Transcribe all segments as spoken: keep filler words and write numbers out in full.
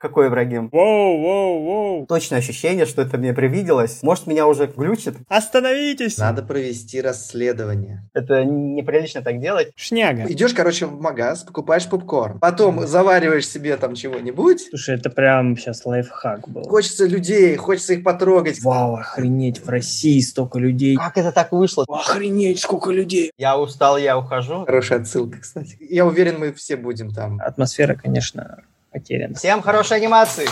Какой Ибрагим? Воу, воу, воу. Точное ощущение, что это мне привиделось. Может, меня уже глючит? Остановитесь! Надо провести расследование. Это неприлично так делать. Шняга. Идешь, короче, в магаз, покупаешь попкорн. Потом завариваешь себе там чего-нибудь. Слушай, это прям сейчас лайфхак был. Хочется людей, хочется их потрогать. Вау, охренеть, в России столько людей. Как это так вышло? Охренеть, сколько людей. Я устал, я ухожу. Хорошая отсылка, кстати. Я уверен, мы все будем там. Атмосфера, конечно, потеряна. Всем хорошей анимации!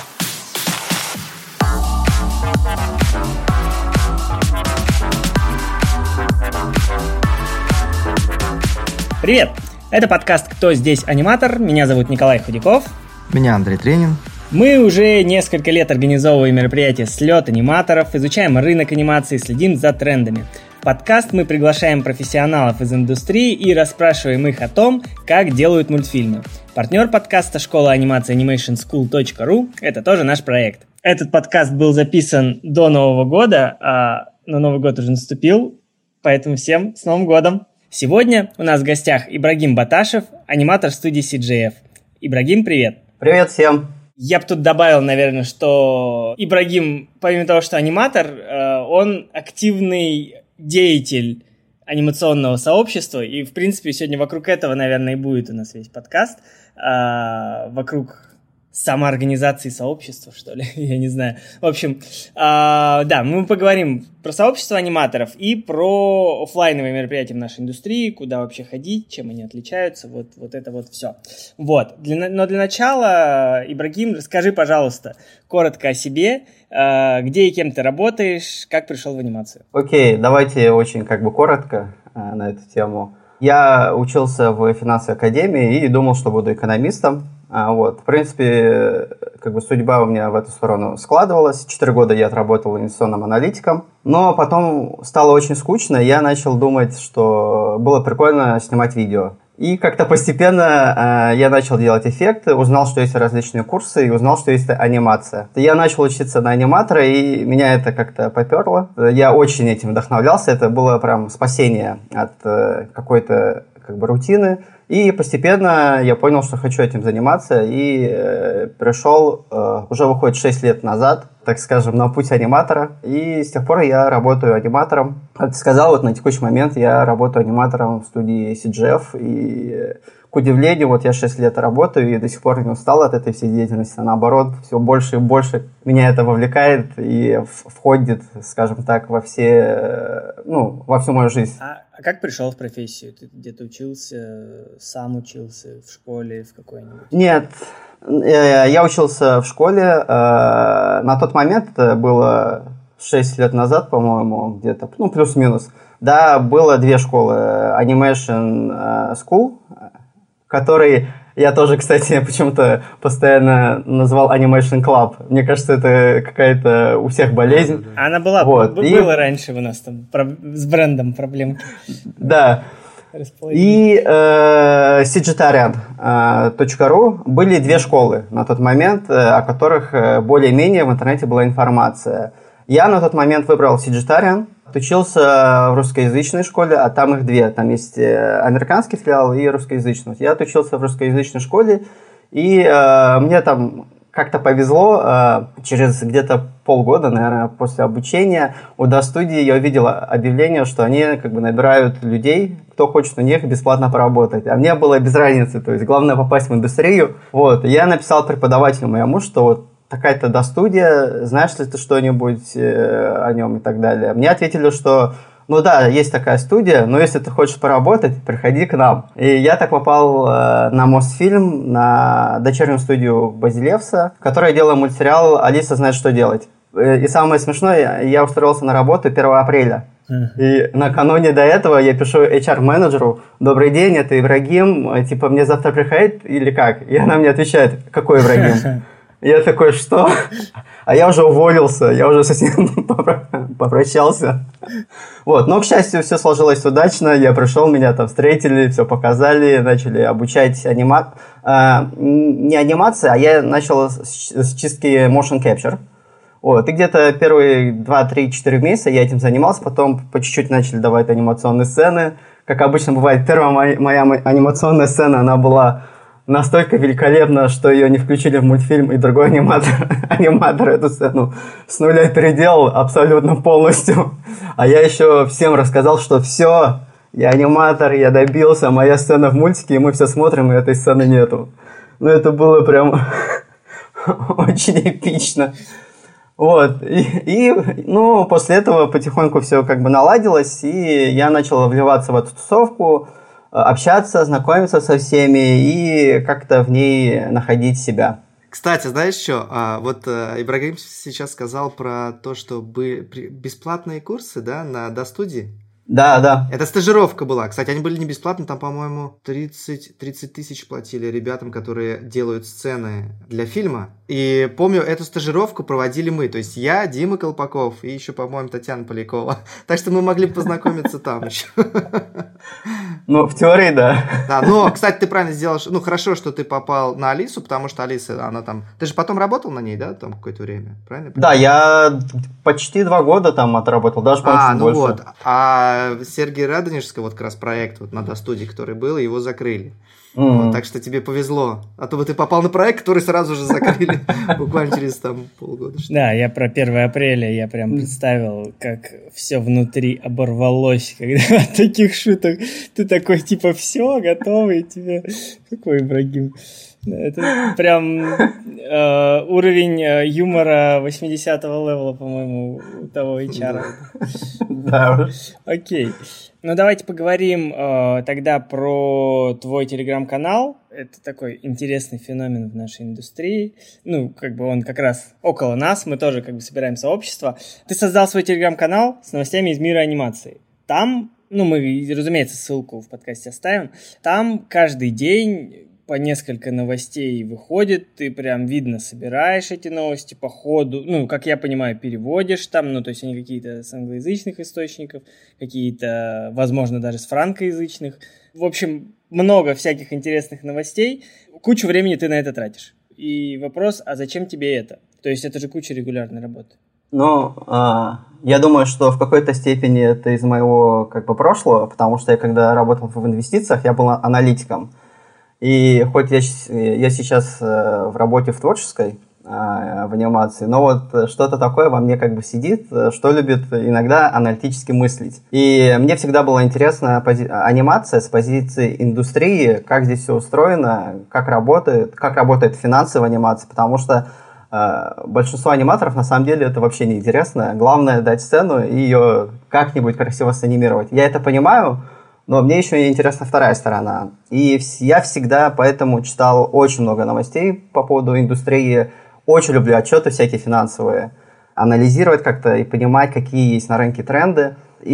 Привет! Это подкаст «Кто здесь аниматор?». Меня зовут Николай Худяков. Меня Андрей Тренин. Мы уже несколько лет организовываем мероприятия «Слет аниматоров», изучаем рынок анимации, следим за трендами. В подкаст мы приглашаем профессионалов из индустрии и расспрашиваем их о том, как делают мультфильмы. Партнер подкаста школа анимации анимейшн скул точка ру – это тоже наш проект. Этот подкаст был записан до Нового года, а на Новый год уже наступил, поэтому всем с Новым годом! Сегодня у нас в гостях Ибрагим Баташев, аниматор студии си джей эф. Ибрагим, привет! Привет всем! Я бы тут добавил, наверное, что Ибрагим, помимо того, что аниматор, он активный деятель анимационного сообщества, и, в принципе, сегодня вокруг этого, наверное, и будет у нас весь подкаст, вокруг самоорганизации сообщества, что ли, я не знаю. В общем, да, мы поговорим про сообщество аниматоров и про офлайновые мероприятия в нашей индустрии, куда вообще ходить, чем они отличаются, вот, вот это вот все. Вот, для, но для начала, Ибрагим, расскажи, пожалуйста, коротко о себе, где и кем ты работаешь, как пришел в анимацию. Окей, давайте очень как бы коротко на эту тему. Я учился в финансовой академии и думал, что буду экономистом. Вот. В принципе, как бы судьба у меня в эту сторону складывалась. Четыре года я отработал инвестиционным аналитиком. Но потом стало очень скучно, и я начал думать, что было прикольно снимать видео. И как-то постепенно э, я начал делать эффекты, узнал, что есть различные курсы, и узнал, что есть анимация. Я начал учиться на аниматора, и меня это как-то поперло. Я очень этим вдохновлялся, это было прям спасение от э, какой-то как бы рутины. И постепенно я понял, что хочу этим заниматься, и э, пришел, э, уже выходит шесть лет назад, так скажем, на путь аниматора, и с тех пор я работаю аниматором. Как ты сказал, вот на текущий момент я работаю аниматором в студии си джей эф, и э, к удивлению, вот я шесть лет работаю, и до сих пор не устал от этой всей деятельности, а наоборот, все больше и больше меня это вовлекает и входит, скажем так, во все, ну, во всю мою жизнь. А как пришел в профессию? Ты где-то учился, сам учился в школе, в какой-нибудь? Нет, я учился в школе. На тот момент, это было шесть лет назад, по-моему, где-то, ну, плюс-минус. Да, было две школы. Animation School, который я тоже, кстати, почему-то постоянно назвал Animation Club. Мне кажется, это какая-то у всеь болезнь. Она была, вот. Было и... раньше у нас там с брендом проблемки. Да. И э, Sigitarian точка ру были две школы на тот момент, о которых более-менее в интернете была информация. Я на тот момент выбрал Sigitarian, отучился в русскоязычной школе, а там их две. Там есть американский филиал и русскоязычный. Я отучился в русскоязычной школе, и э, мне там как-то повезло. Э, через где-то полгода, наверное, после обучения у ДА-студии я увидел объявление, что они как бы набирают людей, кто хочет у них бесплатно поработать. А мне было без разницы, то есть главное попасть в индустрию. Вот. И я написал преподавателю моему, что вот такая-то ДА-студия, знаешь ли ты что-нибудь э, о нем и так далее. Мне ответили, что ну да, есть такая студия, но если ты хочешь поработать, приходи к нам. И я так попал э, на Мосфильм, на дочернюю студию Базилевса, в которой делала мультсериал «Алиса знает, что делать». И самое смешное, я устроился на работу первого апреля. И накануне до этого я пишу эйч ар-менеджеру: «Добрый день, это Ибрагим, типа мне завтра приходить или как?» И она мне отвечает: «Какой Ибрагим?» Я такой: что? А я уже уволился, я уже со ним попрощался. Вот, но, к счастью, все сложилось удачно. Я пришел, меня там встретили, все показали, начали обучать анима... а, не анимации, а я начал с чистки motion capture. Вот, и где-то первые два, три, четыре месяца я этим занимался, потом по чуть-чуть начали давать анимационные сцены. Как обычно бывает, первая моя, моя анимационная сцена, она была настолько великолепна, что ее не включили в мультфильм, и другой аниматор, аниматор эту сцену с нуля переделал абсолютно полностью. А я еще всем рассказал, что все, я аниматор, я добился, моя сцена в мультике, и мы все смотрим, и этой сцены нету. Ну, это было прям очень эпично. Вот, и, и, ну, после этого потихоньку все как бы наладилось, и я начал вливаться в эту тусовку, общаться, знакомиться со всеми и как-то в ней находить себя. Кстати, знаешь что, а, вот а, Ибрагим сейчас сказал про то, что были бесплатные курсы, да, на Достудии. Да, да. Это стажировка была. Кстати, они были не бесплатные, там, по-моему, тридцать, тридцать тысяч платили ребятам, которые делают сцены для фильма. И помню, эту стажировку проводили мы. То есть я, Дима Колпаков и еще, по-моему, Татьяна Полякова. Так что мы могли познакомиться там еще. Ну, в теории, да. Да, но, кстати, ты правильно сделал. Ну, хорошо, что ты попал на Алису, потому что Алиса, она там... Ты же потом работал на ней, да, там какое-то время, правильно? Да, я почти два года там отработал, даже, по-моему, а, ну больше. Вот. А Сергей Радонежский, вот как раз проект вот на Достудии, который был, его закрыли. Mm-hmm. Вот, так что тебе повезло. А то бы ты попал на проект, который сразу же закрыли буквально через там полгода. Да, я про первое апреля, я прям представил, как все внутри оборвалось, когда от таких шуток ты такой, типа, все, готовый, тебе... Какой Ибрагим? Это прям э, уровень э, юмора восьмидесятого левела, по-моему, у того эйч ар. Да. Окей. Ну, давайте поговорим э, тогда про твой телеграм-канал. Это такой интересный феномен в нашей индустрии. Ну, как бы он как раз около нас, мы тоже как бы собираем сообщество. Ты создал свой телеграм-канал с новостями из мира анимации. Там, ну, мы, разумеется, ссылку в подкасте оставим. Там каждый день... по несколько новостей выходит, ты прям видно собираешь эти новости по ходу, ну, как я понимаю, переводишь там, ну, то есть они какие-то с англоязычных источников, какие-то, возможно, даже с франкоязычных. В общем, много всяких интересных новостей, кучу времени ты на это тратишь. И вопрос, а зачем тебе это? То есть это же куча регулярной работы. Ну, я думаю, что в какой-то степени это из моего, как бы, прошлого, потому что я, когда работал в инвестициях, я был аналитиком. И хоть я, я сейчас в работе в творческой, в анимации, но вот что-то такое во мне как бы сидит, что любит иногда аналитически мыслить. И мне всегда была интересна пози- анимация с позиции индустрии, как здесь все устроено, как работает, как работает финансовая анимация, потому что э, большинство аниматоров на самом деле это вообще не интересно. Главное дать сцену и ее как-нибудь красиво санимировать. Я это понимаю, но мне еще интересна вторая сторона. И я всегда поэтому читал очень много новостей по поводу индустрии. Очень люблю отчеты всякие финансовые. Анализировать как-то и понимать, какие есть на рынке тренды.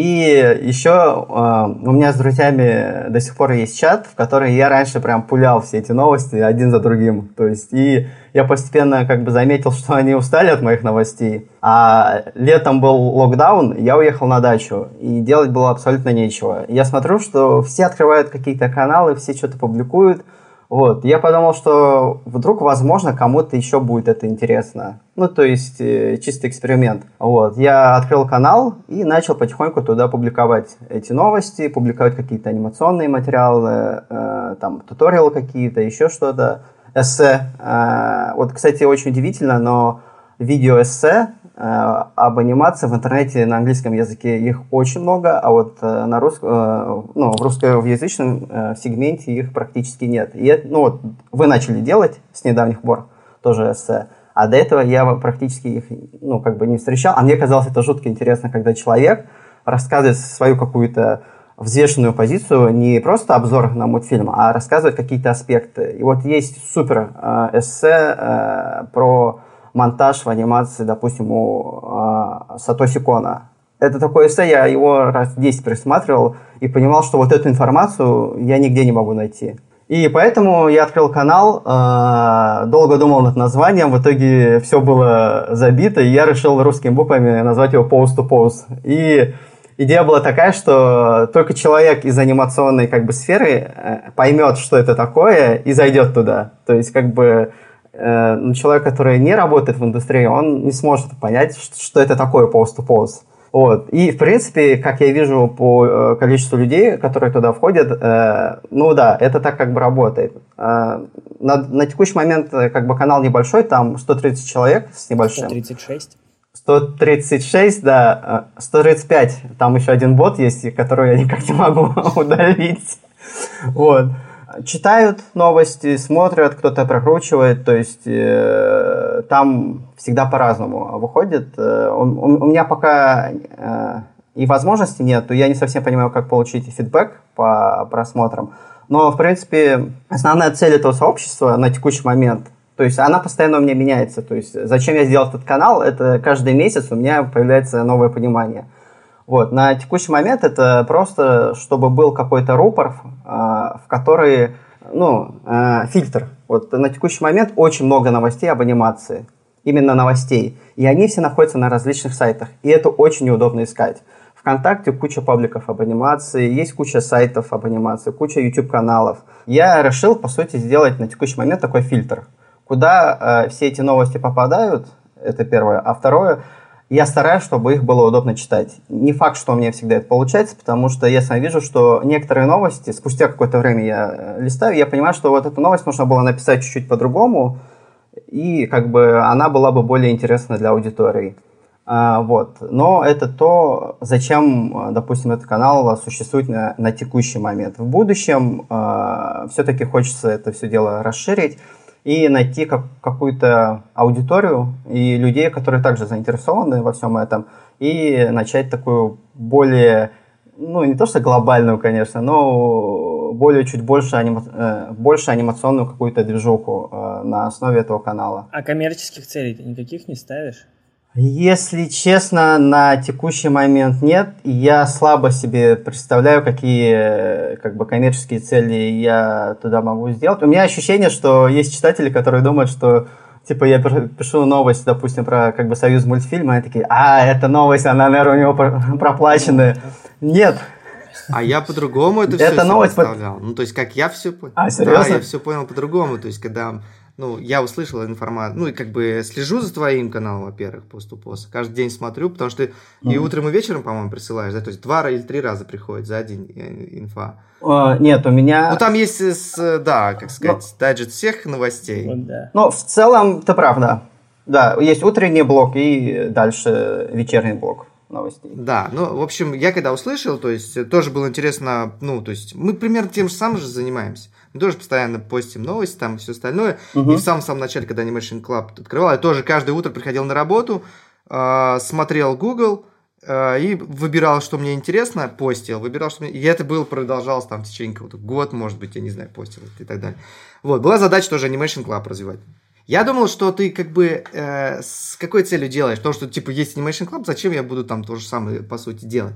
И еще э, у меня с друзьями до сих пор есть чат, в который я раньше прям пулял все эти новости один за другим. То есть, и я постепенно как бы заметил, что они устали от моих новостей. А летом был локдаун, я уехал на дачу, и делать было абсолютно нечего. Я смотрю, что все открывают какие-то каналы, все что-то публикуют. Вот, я подумал, что вдруг, возможно, кому-то еще будет это интересно. Ну, то есть, э, чистый эксперимент. Вот, я открыл канал и начал потихоньку туда публиковать эти новости, публиковать какие-то анимационные материалы, э, там, туториалы какие-то, еще что-то, эссе. Э, вот, кстати, очень удивительно, но видео-эссе э, об анимации в интернете на английском языке их очень много, а вот э, на рус... э, ну, в русскоязычном э, сегменте их практически нет. И это, ну, вот, вы начали делать с недавних пор тоже эссе, а до этого я практически их, ну, как бы не встречал, а мне казалось это жутко интересно, когда человек рассказывает свою какую-то взвешенную позицию, не просто обзор на мультфильм, а рассказывает какие-то аспекты. И вот есть супер э, эссе э, про монтаж в анимации, допустим, у э, Сатоси Кона. Это такое эссе, я его раз десять пересматривал и понимал, что вот эту информацию я нигде не могу найти. И поэтому я открыл канал, э, долго думал над названием, в итоге все было забито, и я решил русскими буквами назвать его Pose to Pose. И идея была такая, что только человек из анимационной как бы сферы э, поймет, что это такое, и зайдет туда. То есть как бы человек, который не работает в индустрии, он не сможет понять, что это такое pose to pose. Вот. И, в принципе, как я вижу по количеству людей, которые туда входят, э, ну да, это так как бы работает. Э, на, на текущий момент как бы канал небольшой, там сто тридцать человек с небольшим. сто тридцать шесть. сто тридцать шесть, да. сто тридцать пять, там еще один бот есть, который я никак не могу удалить. Вот. Читают новости, смотрят, кто-то прокручивает, то есть э, там всегда по-разному выходит. Э, у, у меня пока э, и возможности нет, то я не совсем понимаю, как получить фидбэк по просмотрам. Но, в принципе, основная цель этого сообщества на текущий момент, то есть она постоянно у меня меняется. То есть зачем я сделал этот канал, это каждый месяц у меня появляется новое понимание. Вот. На текущий момент это просто, чтобы был какой-то рупор, э, в который, ну, э, фильтр. Вот на текущий момент очень много новостей об анимации, именно новостей. И они все находятся на различных сайтах. И это очень неудобно искать. ВКонтакте куча пабликов об анимации, есть куча сайтов об анимации, куча YouTube-каналов. Я решил, по сути, сделать на текущий момент такой фильтр, куда э, все эти новости попадают, это первое. А второе, я стараюсь, чтобы их было удобно читать. Не факт, что у меня всегда это получается, потому что я сам вижу, что некоторые новости, спустя какое-то время я листаю, я понимаю, что вот эту новость нужно было написать чуть-чуть по-другому, и как бы она была бы более интересна для аудитории. А, вот. Но это то, зачем, допустим, этот канал существует на, на текущий момент. В будущем а, все-таки хочется это все дело расширить и найти как, какую-то аудиторию и людей, которые также заинтересованы во всем этом, и начать такую более, ну, не то что глобальную, конечно, но более чуть больше, анима, э, больше анимационную какую-то движуху э, на основе этого канала. А коммерческих целей ты никаких не ставишь? Если честно, на текущий момент нет. Я слабо себе представляю, какие как бы коммерческие цели я туда могу сделать. У меня ощущение, что есть читатели, которые думают, что типа я пишу новость, допустим, про как бы союз мультфильма, и они такие: а, эта новость, она, наверное, у него проплаченная. Нет. А я по-другому это все представлял. Ну, то есть, как я все понял. А, серьезно? Да, я все понял по-другому. То есть, когда... Ну, я услышал информацию, ну, и как бы слежу за твоим каналом, во-первых, пост-у-пост. Каждый день смотрю, потому что ты mm-hmm. и утром, и вечером, по-моему, присылаешь, да? То есть два или три раза приходит за день инфа. Uh, нет, у меня... Ну, там есть, с, да, как сказать, no. дайджест всех новостей. Вот, да. Ну, в целом, ты прав, да. Да, есть утренний блок и дальше вечерний блок новостей. Да, ну, в общем, я когда услышал, то есть, тоже было интересно, ну, то есть, мы примерно тем же самым же занимаемся. Мы тоже постоянно постим новости, там, и все остальное. Uh-huh. И в самом-самом начале, когда Animation Club открывал, я тоже каждое утро приходил на работу, э, смотрел Google э, и выбирал, что мне интересно, постил, выбирал, что мне... И это было, продолжалось там в течение какого-то год, может быть, я не знаю, постил и так далее. Вот, была задача тоже Animation Club развивать. Я думал, что ты как бы э, с какой целью делаешь? Потому что, типа, есть Animation Club, зачем я буду там то же самое, по сути, делать?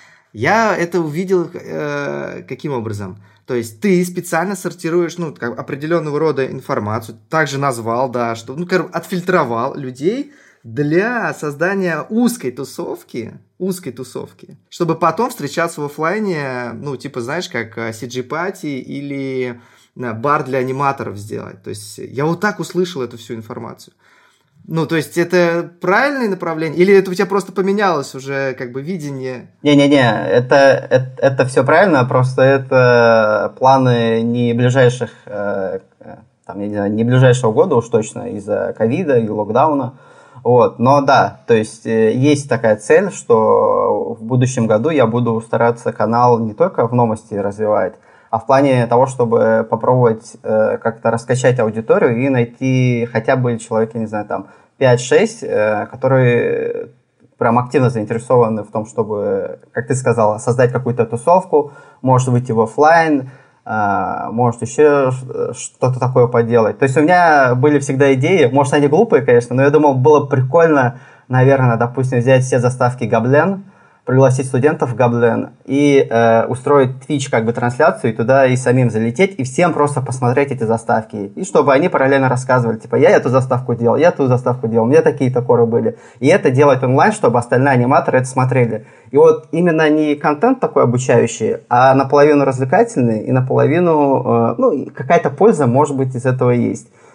Я это увидел э, каким образом? То есть ты специально сортируешь, ну, как, определенного рода информацию, также назвал, да, что, ну, короче, отфильтровал людей для создания узкой тусовки, узкой тусовки, чтобы потом встречаться в офлайне, ну, типа, знаешь, как си джи-пати или да, бар для аниматоров сделать. То есть я вот так услышал эту всю информацию. Ну, то есть это правильное направление? Или это у тебя просто поменялось уже как бы видение? Не-не-не, это, это, это все правильно, просто это планы не ближайших, э, там, я не знаю, не ближайшего года уж точно, из-за ковида и локдауна. Вот. Но да, то есть есть такая цель, что в будущем году я буду стараться канал не только в новости развивать, а в плане того, чтобы попробовать э, как-то раскачать аудиторию и найти хотя бы человек, я не знаю, там пять-шесть, э, которые прям активно заинтересованы в том, чтобы, как ты сказала, создать какую-то тусовку, может выйти в офлайн, э, может еще что-то такое поделать. То есть у меня были всегда идеи, может они глупые, конечно, но я думал, было прикольно, наверное, допустим, взять все заставки Гоблен, пригласить студентов в Гоблен и э, устроить Twitch как бы трансляцию, и туда и самим залететь, и всем просто посмотреть эти заставки. И чтобы они параллельно рассказывали, типа, я эту заставку делал, я ту заставку делал, у меня такие-то коры были. И это делать онлайн, чтобы остальные аниматоры это смотрели. И вот именно не контент такой обучающий, а наполовину развлекательный, и наполовину, э, ну, какая-то польза, может быть, из этого есть.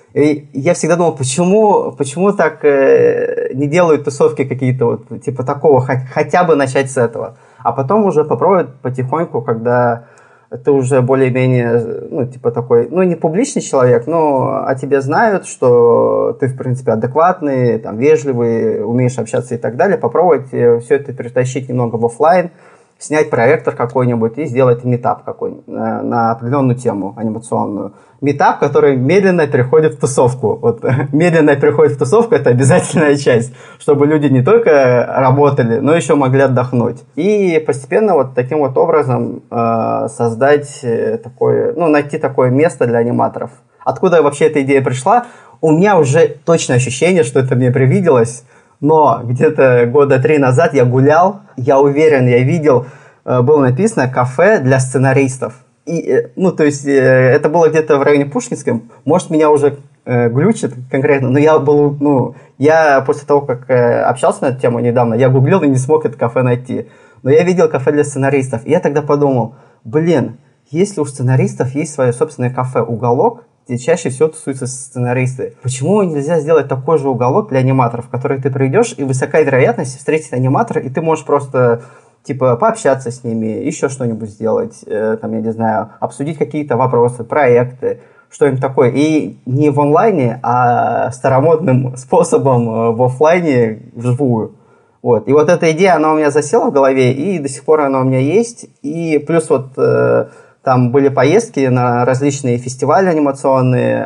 И я всегда думал, почему, почему так э, не делают тусовки какие-то вот типа такого, хоть, хотя бы начать с этого. А потом уже попробовать потихоньку, когда ты уже более-менее, ну, типа такой, ну, не публичный человек, но о тебе знают, что ты, в принципе, адекватный, там, вежливый, умеешь общаться и так далее, попробовать все это перетащить немного в офлайн, снять проектор какой-нибудь и сделать митап какой-нибудь на, на определенную тему анимационную. Митап, который медленно переходит в тусовку. Вот, медленно переходит в тусовку – это обязательная часть, чтобы люди не только работали, но еще могли отдохнуть. И постепенно вот таким вот образом э, создать такое, ну, найти такое место для аниматоров. Откуда вообще эта идея пришла? У меня уже точное ощущение, что это мне привиделось, но где-то года три назад я гулял, я уверен, я видел, э, было написано «кафе для сценаристов». И, ну, то есть, э, это было где-то в районе Пушкинском. Может, меня уже э, глючит конкретно, но я был, ну, я после того, как э, общался на эту тему недавно, я гуглил и не смог это кафе найти. Но я видел кафе для сценаристов. И я тогда подумал, блин, если у сценаристов есть свое собственное кафе, уголок, где чаще всего тусуются сценаристы, почему нельзя сделать такой же уголок для аниматоров, в который ты придешь, и высока вероятность встретить аниматора, и ты можешь просто... типа, пообщаться с ними, еще что-нибудь сделать, э, там, я не знаю, обсудить какие-то вопросы, проекты, что-нибудь такое. И не в онлайне, а старомодным способом в офлайне вживую. Вот. И вот эта идея, она у меня засела в голове, и до сих пор она у меня есть. И плюс вот э, там были поездки на различные фестивали анимационные,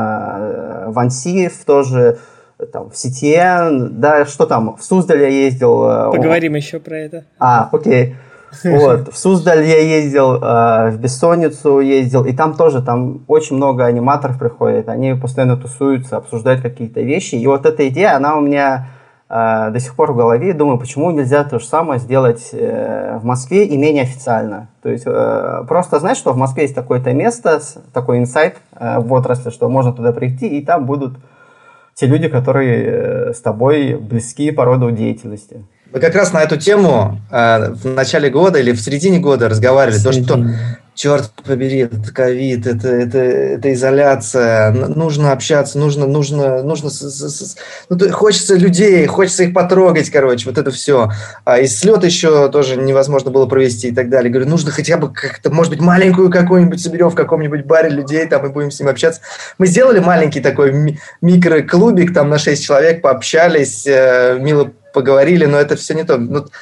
э, в Ансиев тоже, там, в си ти эн, да, что там, в Суздаль я ездил. Поговорим о... еще про это. А, окей. Вот, в Суздаль я ездил, в Бессонницу ездил, и там тоже, там очень много аниматоров приходит, они постоянно тусуются, обсуждают какие-то вещи, и вот эта идея, она у меня до сих пор в голове, думаю, почему нельзя то же самое сделать в Москве и менее официально. То есть просто знать, что в Москве есть такое-то место, такой инсайт в отрасли, что можно туда прийти, и там будут те люди, которые с тобой близки по роду деятельности. Мы как раз на эту тему э, в начале года или в середине года разговаривали. То, что, черт побери, это ковид, это, это, это изоляция, нужно общаться, нужно, нужно, нужно с, с, с, ну, хочется людей, хочется их потрогать, короче, вот это все. А, и слет еще тоже невозможно было провести и так далее. Говорю, нужно хотя бы как-то, может быть, маленькую какую-нибудь соберем в каком-нибудь баре людей, там, и будем с ним общаться. Мы сделали маленький такой ми- микроклубик, там, на шесть человек, пообщались, э, мило поговорили, но это все не то.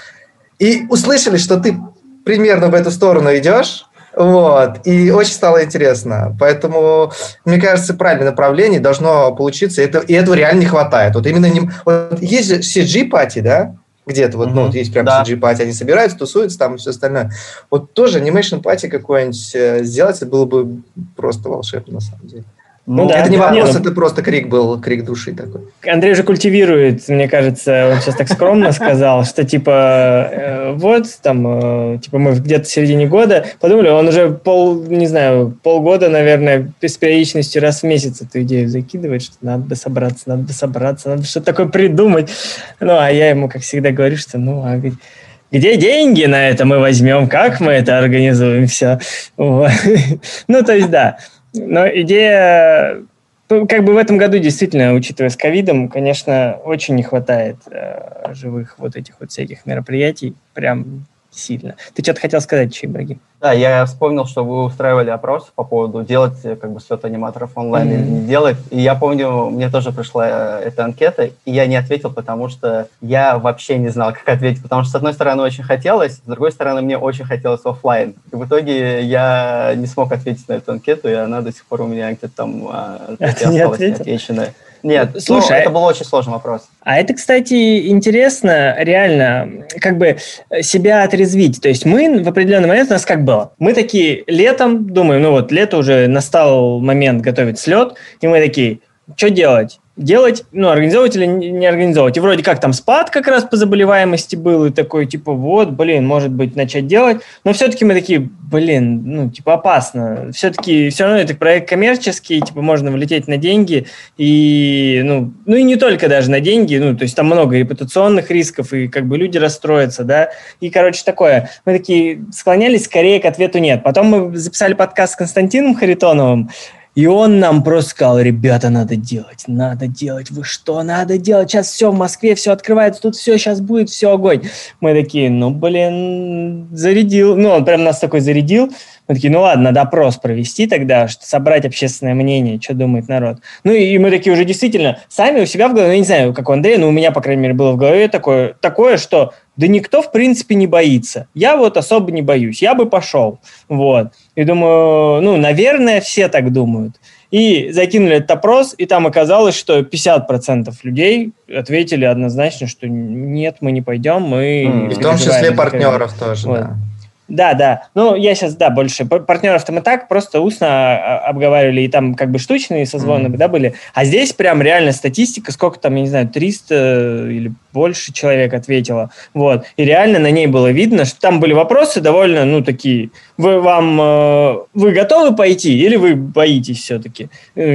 И услышали, что ты примерно в эту сторону идешь, вот, и очень стало интересно. Поэтому, мне кажется, правильное направление должно получиться, и, это, и этого реально не хватает. Вот именно не... Вот есть же си джи-пати, да, где-то, вот, mm-hmm. ну, вот есть прям да. си джи-пати, они собираются, тусуются там и все остальное. Вот тоже анимейшн-пати какой-нибудь сделать, это было бы просто волшебно, на самом деле. Ну, это да, не вопрос, не, ну, это просто крик был, крик души такой. Андрей уже культивирует, мне кажется, он сейчас так скромно сказал, что типа э, вот, там, э, типа мы где-то в середине года подумали, он уже пол, не знаю, полгода, наверное, с периодичностью раз в месяц эту идею закидывает, что надо бы собраться, надо бы собраться, надо что-то такое придумать. Ну, а я ему, как всегда, говорю, что ну, а где деньги на это мы возьмем, как мы это организуем, все. Вот. Ну, то есть, да. Но идея, как бы в этом году действительно, учитывая с ковидом, конечно, очень не хватает э, живых вот этих вот всяких мероприятий, прям сильно. Ты что-то хотел сказать еще, Ибрагим? Да, я вспомнил, что вы устраивали опрос по поводу делать как бы слет аниматоров онлайн mm-hmm. или не делать. И я помню, мне тоже пришла эта анкета, и я не ответил, потому что я вообще не знал, как ответить. Потому что, с одной стороны, очень хотелось, с другой стороны, мне очень хотелось офлайн. И в итоге я не смог ответить на эту анкету, и она до сих пор у меня где-то там осталась неотвеченная. Нет, слушай, ну, это был очень сложный вопрос. А это, кстати, интересно, реально, как бы себя отрезвить. То есть мы в определенный момент, у нас как было? Мы такие летом думаем, ну вот лето уже настал момент готовить слет, и мы такие, что делать? Делать, ну, организовывать или не организовывать. И вроде как там спад как раз по заболеваемости был, и такой, типа, вот, блин, может быть, начать делать. Но все-таки мы такие, блин, ну, типа, опасно. Все-таки, все равно это проект коммерческий, типа, можно влететь на деньги. И, ну, ну, и не только даже на деньги, ну, то есть там много репутационных рисков, и как бы люди расстроятся, да. И, короче, такое. Мы такие склонялись скорее к ответу нет. Потом мы записали подкаст с Константином Харитоновым, И он нам просто сказал: ребята, надо делать, надо делать, вы что, надо делать, сейчас все в Москве, все открывается, тут все, сейчас будет, все огонь. Мы такие, ну, блин, зарядил, ну, он прям нас такой зарядил. Мы такие, ну ладно, надо опрос провести тогда, что собрать общественное мнение, что думает народ. Ну и мы такие уже действительно сами у себя в голове, я не знаю, как у Андрея, но у меня, по крайней мере, было в голове такое, такое, что да никто, в принципе, не боится. Я вот особо не боюсь, я бы пошел. Вот. И думаю, ну, наверное, все так думают. И закинули этот опрос, и там оказалось, что пятьдесят процентов людей ответили однозначно, что нет, мы не пойдем, мы... И в том числе партнеров тоже, вот. Да. Да, да. Ну, я сейчас, да, больше. Партнеров-то мы так просто устно обговаривали, и там как бы штучные созвоны, mm. да, были. А здесь прям реально статистика, сколько там, я не знаю, триста или больше человек ответило. Вот. И реально на ней было видно, что там были вопросы довольно, ну, такие, вы, вам, э, вы готовы пойти или вы боитесь все-таки?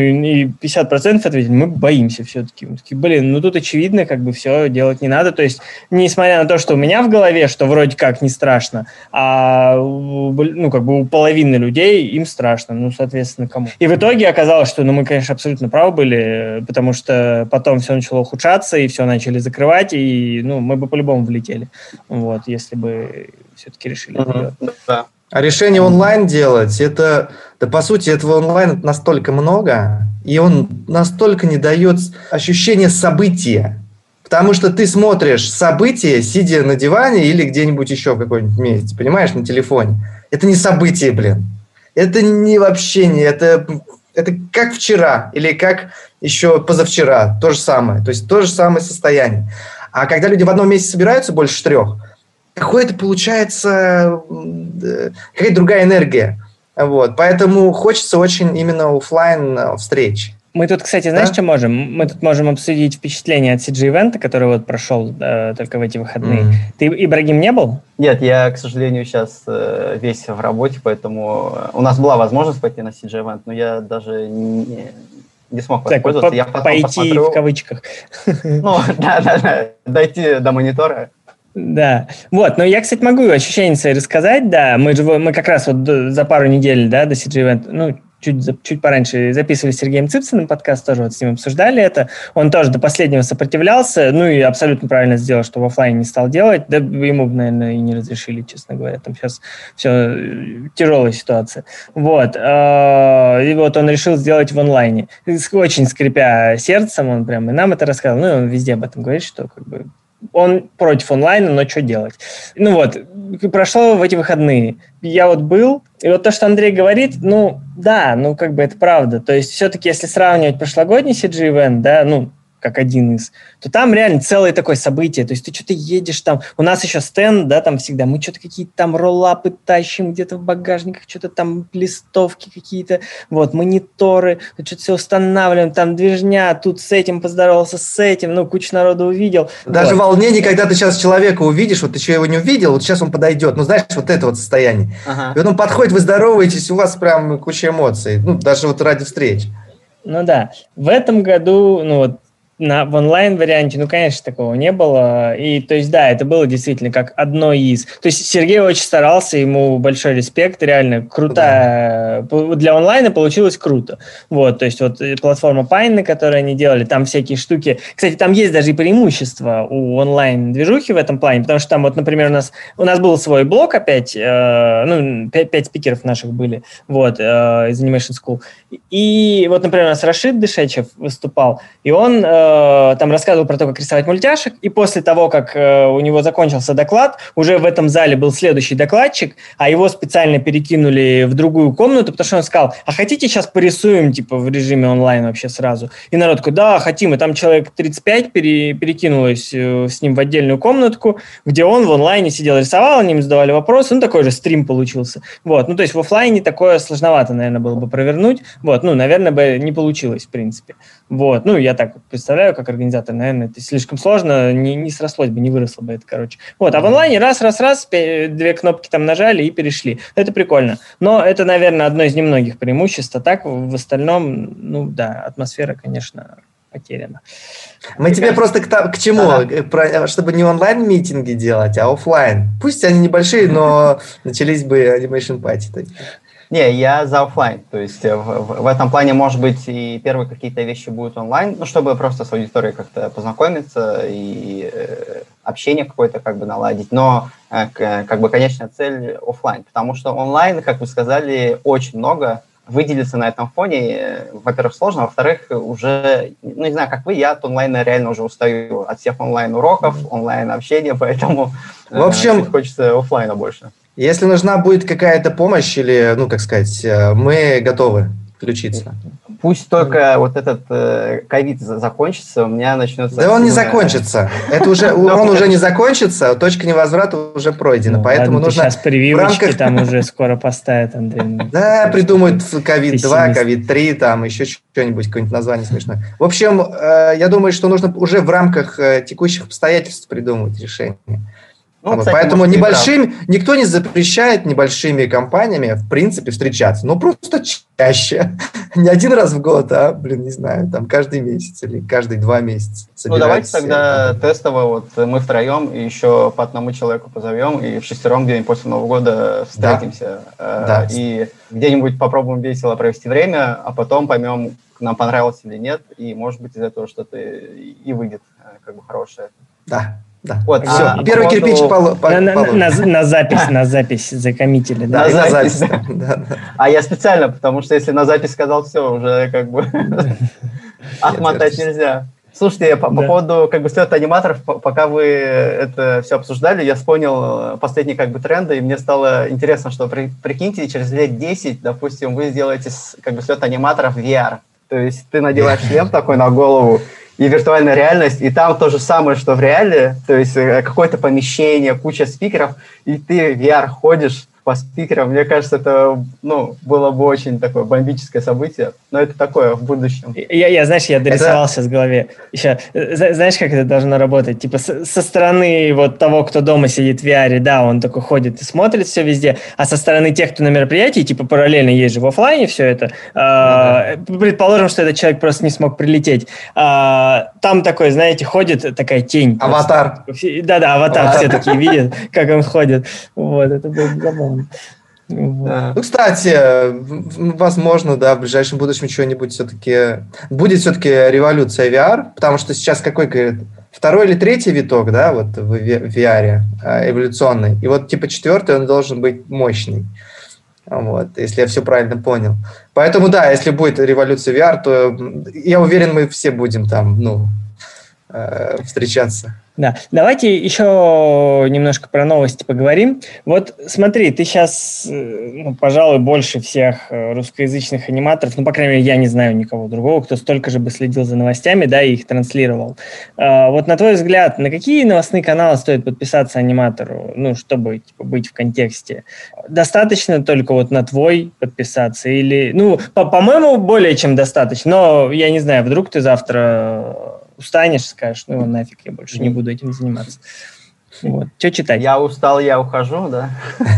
И пятьдесят процентов ответили, мы боимся все-таки. Мы такие, блин, ну, тут очевидно, как бы все делать не надо. То есть, несмотря на то, что у меня в голове, что вроде как не страшно, а А, ну, как бы у половины людей им страшно, ну, соответственно, кому. И в итоге оказалось, что, ну, мы, конечно, абсолютно правы были, потому что потом все начало ухудшаться, и все начали закрывать, и, ну, мы бы по-любому влетели, вот, если бы все-таки решили это делать. Да. А решение онлайн делать, это, да, по сути, этого онлайна настолько много, и он настолько не дает ощущения события. Потому что ты смотришь события, сидя на диване или где-нибудь еще в каком-нибудь месте, понимаешь, на телефоне. Это не событие, блин. Это не вообще не... Это, это как вчера или как еще позавчера. То же самое. То есть то же самое состояние. А когда люди в одном месте собираются, больше трех, какое-то получается... Какая-то другая энергия. Вот. Поэтому хочется очень именно офлайн встреч. Мы тут, кстати, знаешь, да? что можем? Мы тут можем обсудить впечатление от си джи-ивента, который вот прошел э, только в эти выходные. Mm. Ты, Ибрагим, не был? Нет, я, к сожалению, сейчас э, весь в работе, поэтому у нас была возможность пойти на си джи-ивент, но я даже не, не смог воспользоваться. Так, я потом пойти посмотрю... в кавычках. Ну, да-да-да, дойти до монитора. Да, вот, но я, кстати, могу ощущения свои рассказать, да, мы же мы как раз вот за пару недель, да, до си джи-ивента, ну, Чуть, чуть пораньше записывали с Сергеем Цыпциным подкаст, тоже вот с ним обсуждали это. Он тоже до последнего сопротивлялся, ну и абсолютно правильно сделал, что в офлайне не стал делать. Да ему, наверное, и не разрешили, честно говоря. Там сейчас все тяжелая ситуация. Вот. И вот он решил сделать в онлайне. Очень скрипя сердцем, он прям и нам это рассказал. Ну и он везде об этом говорит, что как бы он против онлайна, но что делать? Ну вот, прошло в эти выходные. Я вот был, и вот то, что Андрей говорит, ну, да, ну, как бы это правда. То есть все-таки, если сравнивать прошлогодний си джи-ивент, да, ну, как один из, то там реально целое такое событие. То есть ты что-то едешь там, у нас еще стенд, да, там всегда, мы что-то какие-то там роллапы тащим где-то в багажниках, что-то там листовки какие-то, вот, мониторы, что-то все устанавливаем, там движня, тут с этим поздоровался, с этим, ну, кучу народу увидел. Даже вот. Волнение, когда ты сейчас человека увидишь, вот ты еще его не увидел, вот сейчас он подойдет, ну, знаешь, вот это вот состояние. Ага. И вот он подходит, вы здороваетесь, у вас прям куча эмоций, ну, даже вот ради встреч. Ну, да. В этом году, ну, вот, На, в онлайн-варианте, ну, конечно, такого не было. И, то есть, да, это было действительно как одно из... То есть, Сергей очень старался, ему большой респект, реально круто. Да. Для онлайна получилось круто. Вот, то есть, вот платформа Pine, которую они делали, там всякие штуки... Кстати, там есть даже и преимущества у онлайн-движухи в этом плане, потому что там, вот, например, у нас, у нас был свой блог опять, э, ну, пять, пять спикеров наших были, вот, э, из Animation School. И вот, например, у нас Рашид Дышечев выступал, и он... Э, там рассказывал про то, как рисовать мультяшек, и после того, как э, у него закончился доклад, уже в этом зале был следующий докладчик, а его специально перекинули в другую комнату, потому что он сказал, а хотите сейчас порисуем, типа, в режиме онлайн вообще сразу? И народ такой, да, хотим, и там человек тридцать пять пере, перекинулось э, с ним в отдельную комнатку, где он в онлайне сидел, рисовал, они ему задавали вопросы, ну, такой же стрим получился. Вот, ну, то есть в офлайне такое сложновато, наверное, было бы провернуть, вот, ну, наверное, бы не получилось, в принципе. Вот, ну, я так представляю, как организатор, наверное, это слишком сложно, не, не срослось бы, не выросло бы это, короче. Вот, а в онлайне раз-раз-раз, две кнопки там нажали и перешли. Это прикольно. Но это, наверное, одно из немногих преимуществ, а так в остальном, ну, да, атмосфера, конечно, потеряна. Мы тебе просто к, к чему? Ага. Чтобы не онлайн-митинги делать, а офлайн. Пусть они небольшие, но начались бы Animation Party. Не, я за офлайн. То есть в, в, в этом плане, может быть, и первые какие-то вещи будут онлайн, ну, чтобы просто с аудиторией как-то познакомиться и э, общение какое-то как бы наладить. Но э, как бы конечная цель офлайн, потому что онлайн, как вы сказали, очень много. Выделиться на этом фоне, во-первых, сложно, во-вторых, уже, ну, не знаю, как вы, я от онлайна реально уже устаю, от всех онлайн-уроков, онлайн-общения, поэтому в общем, э, хочется офлайна больше. Если нужна будет какая-то помощь или, ну, как сказать, мы готовы включиться. Пусть только вот этот ковид э, закончится, у меня начнется... Да он не закончится. Это уже, он уже не закончится, точка невозврата уже пройдена. Ну, поэтому ладно, нужно... Сейчас прививочки рамках... там уже скоро поставят, Андрей. Да, придумают ковид два, ковид три, там еще что-нибудь, какое-нибудь название смешное. В общем, я думаю, что нужно уже в рамках текущих обстоятельств придумывать решение. Ну, вот, кстати, поэтому небольшим, никто не запрещает небольшими компаниями, в принципе, встречаться. Ну, просто чаще. Не один раз в год, а, блин, не знаю, там каждый месяц или каждые два месяца. Ну, давайте тогда тестово, вот мы втроем и еще по одному человеку позовем, и в шестером где-нибудь после Нового года встретимся. Да. Да. И где-нибудь попробуем весело провести время, а потом поймем, нам понравилось или нет, и, может быть, из этого что-то и выйдет как бы хорошее. Да. Да. Вот, все, а, первый по кирпич поводу... по, по, на, на, на, на запись, на запись закоммитили. Да, на запись, да. Да, да. А я специально, потому что если на запись сказал, все, уже как бы отмотать нельзя. Слушайте, по, по поводу как бы слета аниматоров, пока вы это все обсуждали, я вспомнил последние как бы тренды, и мне стало интересно, что при, прикиньте, через лет десять, допустим, вы сделаете как бы слет аниматоров ви ар. То есть ты надеваешь шлем такой на голову, и виртуальная реальность, и там то же самое, что в реале, то есть какое-то помещение, куча спикеров, и ты в ви ар ходишь по спикерам. Мне кажется, это, ну, было бы очень такое бомбическое событие, но это такое в будущем. Я, я знаешь, я дорисовал это... сейчас в голове. Еще, знаешь, как это должно работать? Типа со, со стороны вот того, кто дома сидит в ви ар, да, он такой ходит и смотрит все везде, а со стороны тех, кто на мероприятии, типа параллельно есть же в офлайне все это, mm-hmm. э, предположим, что этот человек просто не смог прилететь. Э, там такой, знаете, ходит такая тень. Аватар. Да-да, аватар, аватар все такие видят, как он ходит. Вот, это было забавно. Да. Ну, кстати, возможно, да, в ближайшем будущем что-нибудь все-таки... Будет все-таки революция ви ар, потому что сейчас какой, говорит, второй или третий виток, да, вот в ви ар эволюционный, и вот типа четвертый он должен быть мощный, вот, если я все правильно понял. Поэтому, да, если будет революция ви ар, то я уверен, мы все будем там, ну, встречаться. Да, давайте еще немножко про новости поговорим. Вот смотри, ты сейчас, ну, пожалуй, больше всех русскоязычных аниматоров, ну, по крайней мере, я не знаю никого другого, кто столько же бы следил за новостями, да, и их транслировал. Вот на твой взгляд, на какие новостные каналы стоит подписаться аниматору, ну, чтобы типа, быть в контексте? Достаточно только вот на твой подписаться или, ну, по- по-моему, более чем достаточно, но я не знаю, вдруг ты завтра устанешь, скажешь, ну, нафиг, я больше не буду этим заниматься. Вот. Что читать? Я устал, я ухожу, да?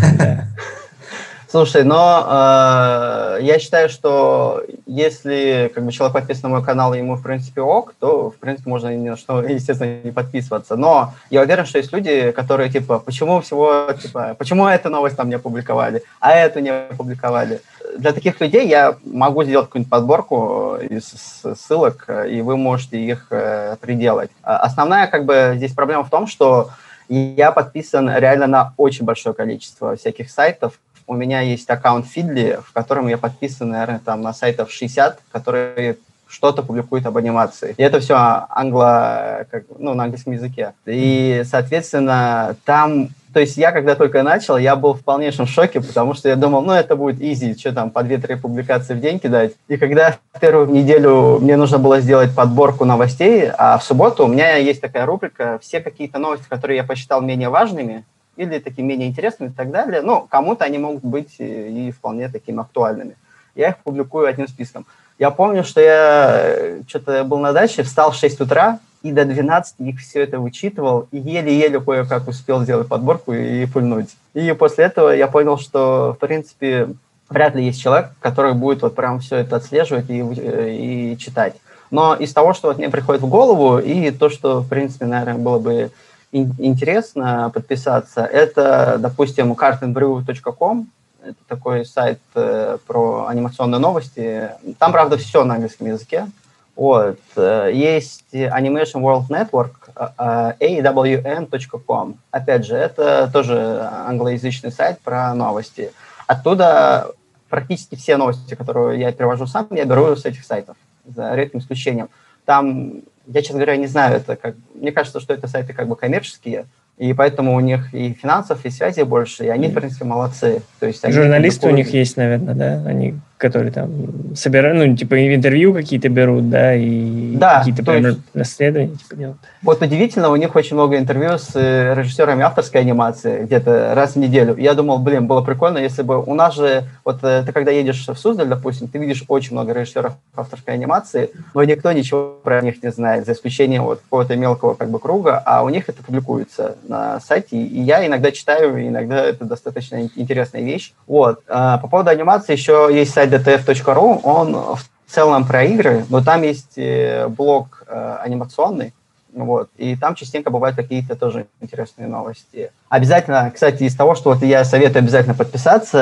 Слушай, но э, я считаю, что если как бы, человек подписан на мой канал, и ему, в принципе, ок, то, в принципе, можно ни на что, естественно, не подписываться. Но я уверен, что есть люди, которые, типа, почему всего, типа, почему эту новость там не опубликовали, а эту не опубликовали. Для таких людей я могу сделать какую-нибудь подборку из ссылок, и вы можете их э, приделать. Основная, как бы, здесь проблема в том, что я подписан реально на очень большое количество всяких сайтов. У меня есть аккаунт Feedly, в котором я подписан, наверное, там на сайтов шестьдесят, которые что-то публикуют об анимации. И это все англо, как, ну, на английском языке. И, соответственно, там... То есть я, когда только начал, я был в полнейшем шоке, потому что я думал, ну, это будет easy, что там, по две-три публикации в день кидать. И когда в первую неделю мне нужно было сделать подборку новостей, а в субботу у меня есть такая рубрика «Все какие-то новости, которые я посчитал менее важными», или такими менее интересными и так далее. Ну, кому-то они могут быть и вполне такими актуальными. Я их публикую одним списком. Я помню, что я что-то был на даче, встал в шесть утра, и до двенадцати их все это вычитывал, и еле-еле кое-как успел сделать подборку и пульнуть. И после этого я понял, что, в принципе, вряд ли есть человек, который будет вот прям все это отслеживать и, и читать. Но из того, что вот мне приходит в голову, и то, что, в принципе, наверное, было бы интересно подписаться, это, допустим, карт энд брю точка ком. Это такой сайт э, про анимационные новости. Там, правда, все на английском языке. Вот. Есть Animation World Network, эй дабл ю эн точка ком. Опять же, это тоже англоязычный сайт про новости. Оттуда практически все новости, которые я перевожу сам, я беру с этих сайтов, за редким исключением. Там, я, честно говоря, не знаю, это как... Мне кажется, что это сайты как бы коммерческие, и поэтому у них и финансов, и связи больше, и они, в принципе, молодцы. То есть они журналисты публикуют... у них есть, наверное, да? Они, которые там собирают, ну, типа интервью какие-то берут, да, и да, какие-то прям есть... расследования типа делают. Вот удивительно, у них очень много интервью с режиссерами авторской анимации, где-то раз в неделю. Я думал, блин, было прикольно, если бы... У нас же, вот ты когда едешь в Суздаль, допустим, ты видишь очень много режиссеров авторской анимации, но никто ничего про них не знает, за исключением вот какого-то мелкого как бы круга, а у них это публикуется на сайте, и я иногда читаю, и иногда это достаточно интересная вещь. Вот. По поводу анимации еще есть сайт ди ти эф точка ру, он в целом про игры, но там есть блог анимационный, вот, и там частенько бывают какие-то тоже интересные новости. Обязательно, кстати, из того, что вот я советую обязательно подписаться,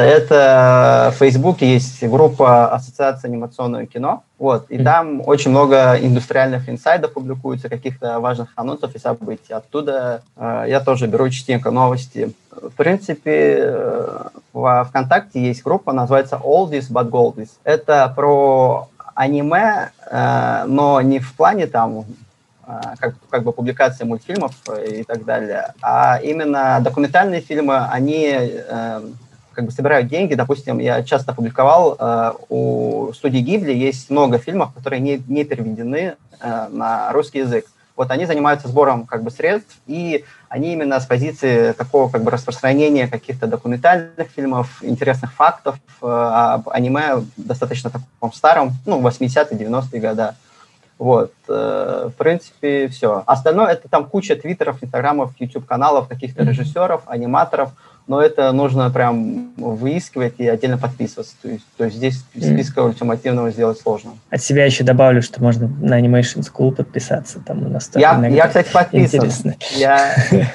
это в Фейсбуке есть группа Ассоциации анимационного кино, вот, и mm-hmm. там очень много индустриальных инсайдов публикуется, каких-то важных анонсов и событий. Оттуда э, я тоже беру частенько новости. В принципе, э, во ВКонтакте есть группа, называется Oldies but Goldies. Это про аниме, э, но не в плане там Как, как бы публикации мультфильмов и так далее, а именно документальные фильмы, они э, как бы собирают деньги. Допустим, я часто публиковал, э, у студии Ghibli есть много фильмов, которые не, не переведены э, на русский язык. Вот они занимаются сбором как бы средств, и они именно с позиции такого как бы распространения каких-то документальных фильмов, интересных фактов э, об аниме достаточно таком старом, ну, восьмидесятые, девяностые годы. Вот, э, в принципе, все. Остальное это там куча твиттеров, инстаграмов, ютуб-каналов, каких-то режиссеров, аниматоров, но это нужно прям выискивать и отдельно подписываться. То есть, то есть здесь списка ультимативного сделать сложно. От себя еще добавлю, что можно на Animation School подписаться. Там у нас я, я, кстати, подписан. Я...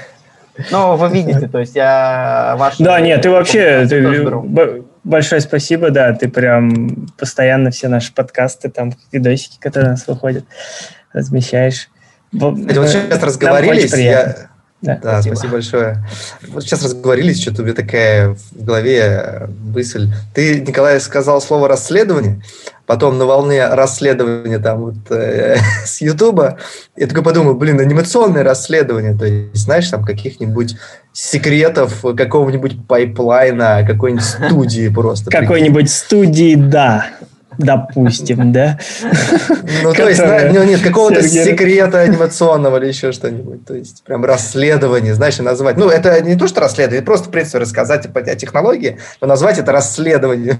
Ну, вы видите, то есть я ваш... Да, нет, ты вообще... Большое спасибо, да, ты прям постоянно все наши подкасты, там, видосики, которые у нас выходят, размещаешь. Кстати, вот сейчас разговорились, я... Да, да спасибо. спасибо большое. Вот сейчас разговорились, что-то у меня такая в голове мысль. Ты, Николай, сказал слово «расследование», потом на волне расследования там вот э, с Ютуба, я такой подумал, блин, анимационное расследование, то есть, знаешь, там каких-нибудь секретов какого-нибудь пайплайна, какой-нибудь студии просто. Какой-нибудь студии, да. Допустим, да? Ну, то есть, нет, какого-то секрета анимационного или еще что-нибудь. То есть, прям расследование, знаешь, назвать. Ну, это не то, что расследование, просто, в принципе, рассказать о технологии, но назвать это расследование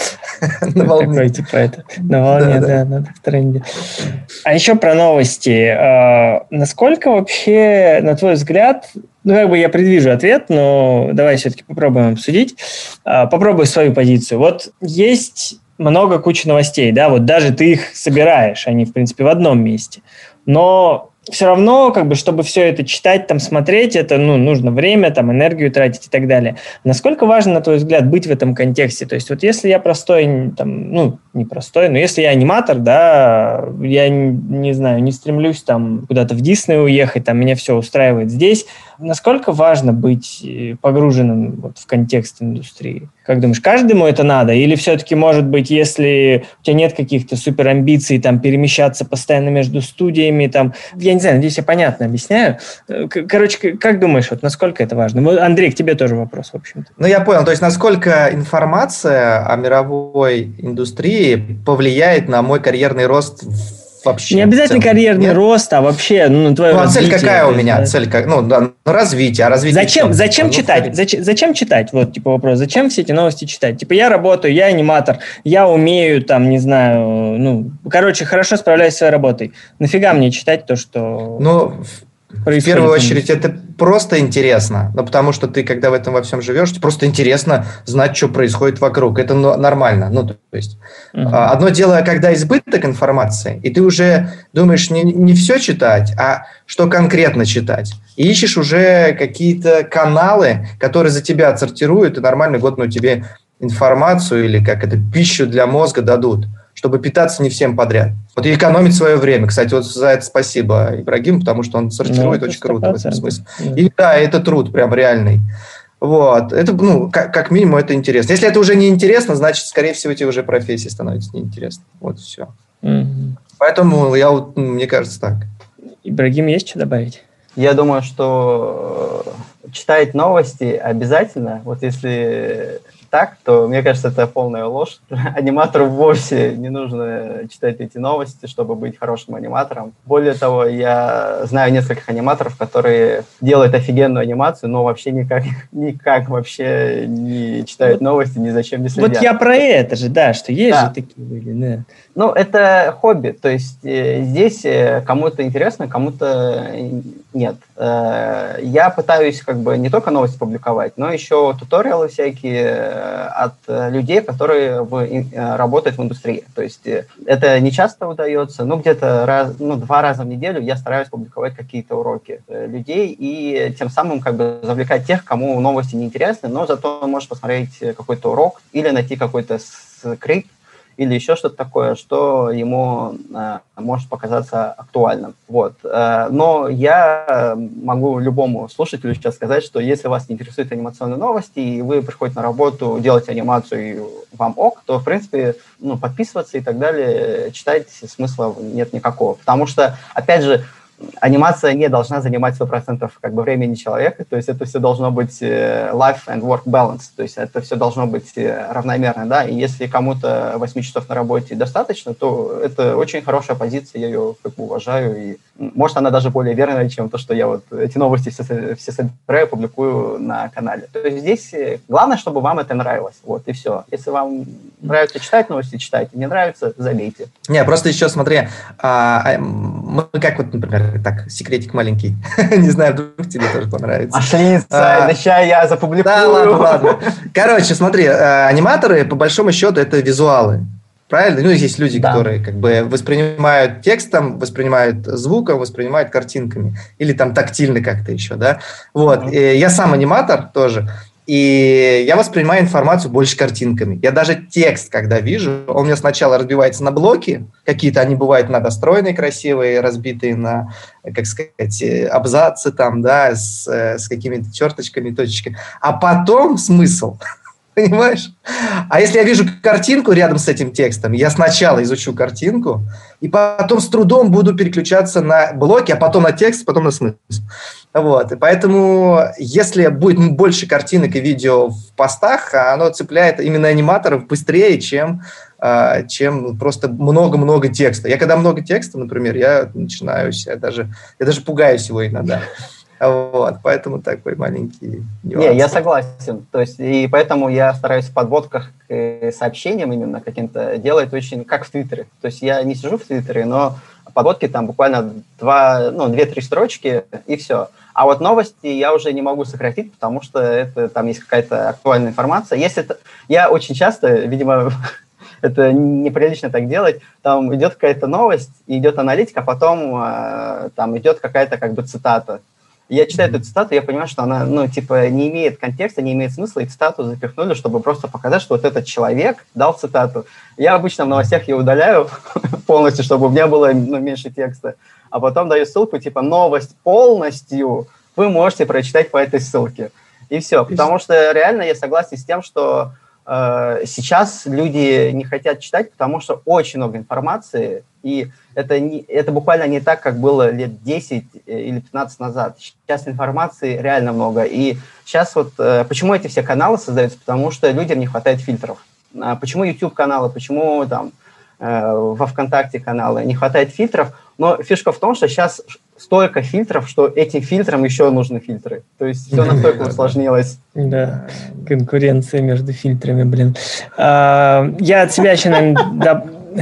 на волне. Такое, типа, это на волне, да, надо в тренде. А еще про новости. Насколько вообще, на твой взгляд, ну, как бы я предвижу ответ, но давай все-таки попробуем обсудить. Попробуй свою позицию. Вот есть... много кучи новостей, да, вот даже ты их собираешь, они, в принципе, в одном месте, но все равно, как бы, чтобы все это читать, там, смотреть, это, ну, нужно время, там, энергию тратить и так далее. Насколько важно, на твой взгляд, быть в этом контексте? То есть, вот если я простой, там, ну, не простой, но если я аниматор, да, я, не, не знаю, не стремлюсь, там, куда-то в Дисней уехать, там, меня все устраивает здесь, насколько важно быть погруженным вот в контекст индустрии? Как думаешь, каждому это надо? Или все-таки, может быть, если у тебя нет каких-то суперамбиций, там, перемещаться постоянно между студиями, там, я не знаю, надеюсь, я понятно объясняю. Короче, как думаешь, вот насколько это важно? Андрей, к тебе тоже вопрос, в общем-то. Ну, я понял. То есть, насколько информация о мировой индустрии повлияет на мой карьерный рост вообще? Не обязательно карьерный Нет? рост, а вообще, ну, твое ну, а развитие. цель какая у меня? Да? Цель как? Ну, да, развитие. А развитие зачем, зачем читать? Зачем, зачем читать? Вот, типа, вопрос. Зачем все эти новости читать? Типа, я работаю, я аниматор, я умею, там, не знаю, ну, короче, хорошо справляюсь со своей работой. Нафига мне читать то, что... Ну, в первую очередь, это просто интересно. Ну, потому что ты, когда в этом во всем живешь, тебе просто интересно знать, что происходит вокруг. Это нормально. Ну, то есть, uh-huh. одно дело, когда избыток информации, и ты уже думаешь не, не все читать, а что конкретно читать. И ищешь уже какие-то каналы, которые за тебя отсортируют, и нормальный год, ну, тебе информацию или как это, пищу для мозга дадут, чтобы питаться не всем подряд. Вот и экономить свое время. Кстати, вот за это спасибо Ибрагиму, потому что он сортирует ну, очень круто в этом смысле. Да. И да, это труд прям реальный. Вот. Это, ну, как, как минимум, это интересно. Если это уже не интересно, значит, скорее всего, тебе уже профессия становится неинтересной. Вот все. Mm-hmm. Поэтому я, мне кажется, так. Ибрагим, есть что добавить? Я думаю, что читать новости обязательно. Вот если так, то, мне кажется, это полная ложь. Аниматору вовсе не нужно читать эти новости, чтобы быть хорошим аниматором. Более того, я знаю нескольких аниматоров, которые делают офигенную анимацию, но вообще никак, никак вообще не читают новости, ни зачем не следят. Вот я про это же, да, что есть да. же такие были, да. Ну, это хобби, то есть э, здесь э, кому-то интересно, кому-то нет. Э, я пытаюсь как бы не только новости публиковать, но еще туториалы всякие э, от э, людей, которые в, э, работают в индустрии. То есть э, это не часто удается, но где-то раз, ну, два раза в неделю я стараюсь публиковать какие-то уроки э, людей и тем самым как бы завлекать тех, кому новости не интересны, но зато можешь посмотреть какой-то урок или найти какой-то скрипт, или еще что-то такое, что ему э, может показаться актуальным. Вот. Э, но я могу любому слушателю сейчас сказать, что если вас не интересуют анимационные новости, и вы приходите на работу, делаете анимацию, и вам ок, то, в принципе, ну, подписываться и так далее, читать смысла нет никакого. Потому что, опять же, анимация не должна занимать сто процентов как бы времени человека, то есть это все должно быть life and work balance, то есть это все должно быть равномерно, да, и если кому-то восемь часов на работе достаточно, то это очень хорошая позиция, я ее как бы уважаю, и может она даже более верная, чем то, что я вот эти новости все, все собираю, публикую на канале. То есть здесь главное, чтобы вам это нравилось, вот, и все. Если вам нравится читать новости, читайте, не нравится, забейте. Не, просто еще смотри, а, мы как вот, например, так, секретик маленький. Не знаю, вдруг тебе тоже понравится. Маслица, а, сейчас я запубликую. Да, ладно, ладно. Короче, смотри, аниматоры, по большому счету, это визуалы. Правильно? Ну, есть люди, да. которые как бы воспринимают текстом, воспринимают звуком, воспринимают картинками. Или там тактильно как-то еще, да? Вот. Mm-hmm. Я сам аниматор тоже. И я воспринимаю информацию больше картинками. Я даже текст, когда вижу, он у меня сначала разбивается на блоки, какие-то они бывают надостроенные, красивые, разбитые на, как сказать, абзацы там, да, с, с какими-то черточками, точечками. А потом смысл, понимаешь? А если я вижу картинку рядом с этим текстом, я сначала изучу картинку, и потом с трудом буду переключаться на блоки, а потом на текст, потом на смысл. Вот. И поэтому, если будет больше картинок и видео в постах, оно цепляет именно аниматоров быстрее, чем, чем просто много-много текста. Я когда много текста, например, я начинаю, я даже, я даже пугаюсь его иногда. Вот, поэтому такой маленький нюанс. Не, я согласен. То есть, и поэтому я стараюсь в подводках к сообщениям именно каким-то делать очень, как в Твиттере. То есть я не сижу в Твиттере, но подводки там буквально два, ну, две-три строчки, и все. А вот новости я уже не могу сократить, потому что это, там есть какая-то актуальная информация. Если это, я очень часто, видимо, это неприлично так делать, там идет какая-то новость, идет аналитика, а потом э, там идет какая-то как бы цитата. Я читаю эту цитату, я понимаю, что она, ну, типа, не имеет контекста, не имеет смысла, и цитату запихнули, чтобы просто показать, что вот этот человек дал цитату. Я обычно в новостях ее удаляю полностью, чтобы у меня было, ну, меньше текста, а потом даю ссылку, типа, новость полностью вы можете прочитать по этой ссылке. И все, потому что реально я согласен с тем, что э, сейчас люди не хотят читать, потому что очень много информации, и это, не, это буквально не так, как было лет десять или пятнадцать назад. Сейчас информации реально много. И сейчас вот... Э, почему эти все каналы создаются? Потому что людям не хватает фильтров. А почему YouTube-каналы, почему там э, во ВКонтакте каналы не хватает фильтров? Но фишка в том, что сейчас столько фильтров, что этим фильтрам еще нужны фильтры. То есть все настолько усложнилось. Да, конкуренция между фильтрами, блин. Я от себя еще, наверное...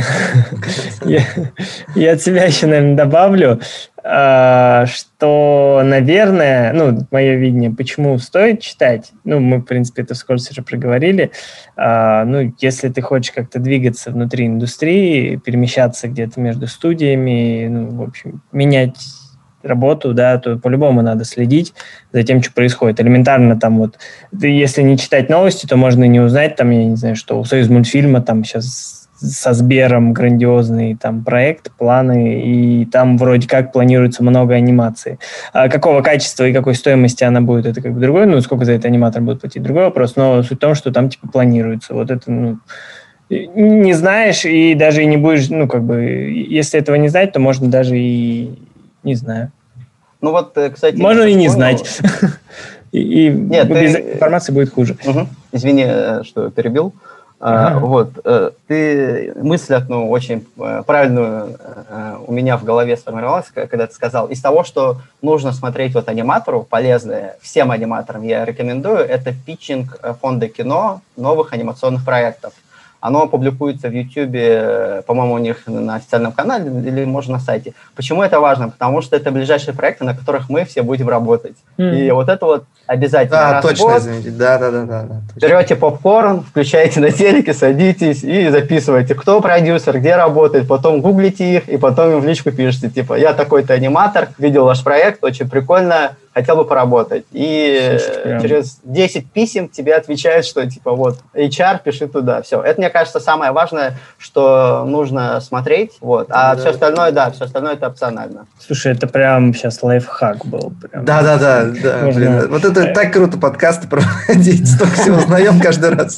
Я, я от себя еще, наверное, добавлю, э, что, наверное, ну, мое видение, почему стоит читать, ну, мы, в принципе, это вскоре уже проговорили, э, ну, если ты хочешь как-то двигаться внутри индустрии, перемещаться где-то между студиями, ну, в общем, менять работу, да, то по-любому надо следить за тем, что происходит. Элементарно там вот, если не читать новости, то можно не узнать, там, я не знаю, что у Союзмультфильма там сейчас со Сбером грандиозный там проект, планы, и там вроде как планируется много анимации. А какого качества и какой стоимости она будет, это как бы другой, ну, сколько за это аниматор будет платить, другой вопрос, но суть в том, что там типа планируется. Вот это, ну, не знаешь и даже и не будешь, ну, как бы, если этого не знать, то можно даже и не знаю. Ну вот, кстати... Можно и не знать. И без информации будет хуже. Извини, что перебил. Uh-huh. Вот, ты мысль одну очень правильную у меня в голове сформировалась, когда ты сказал, из того, что нужно смотреть вот аниматору, полезное, всем аниматорам я рекомендую, это питчинг фонда кино новых анимационных проектов. Оно публикуется в YouTube, по-моему, у них на официальном канале или, может, на сайте. Почему это важно? Потому что это ближайшие проекты, на которых мы все будем работать. Mm. И вот это вот обязательно. Да, точно, извините. Да, да, да, да, да. Берете попкорн, включаете на телеке, садитесь и записываете, кто продюсер, где работает, потом гуглите их, и потом им в личку пишете, типа, я такой-то аниматор, видел ваш проект, очень прикольно, хотел бы поработать. И Слушай, через десять писем тебе отвечают, что типа вот эйч ар, пиши туда. Все. Это, мне кажется, самое важное, что нужно смотреть. Вот. А да. все остальное, да, все остальное это опционально. Слушай, это прям сейчас лайфхак был. Да, да, да, да. Можно... Блин, вот это так круто подкасты проводить, столько всего узнаем каждый раз.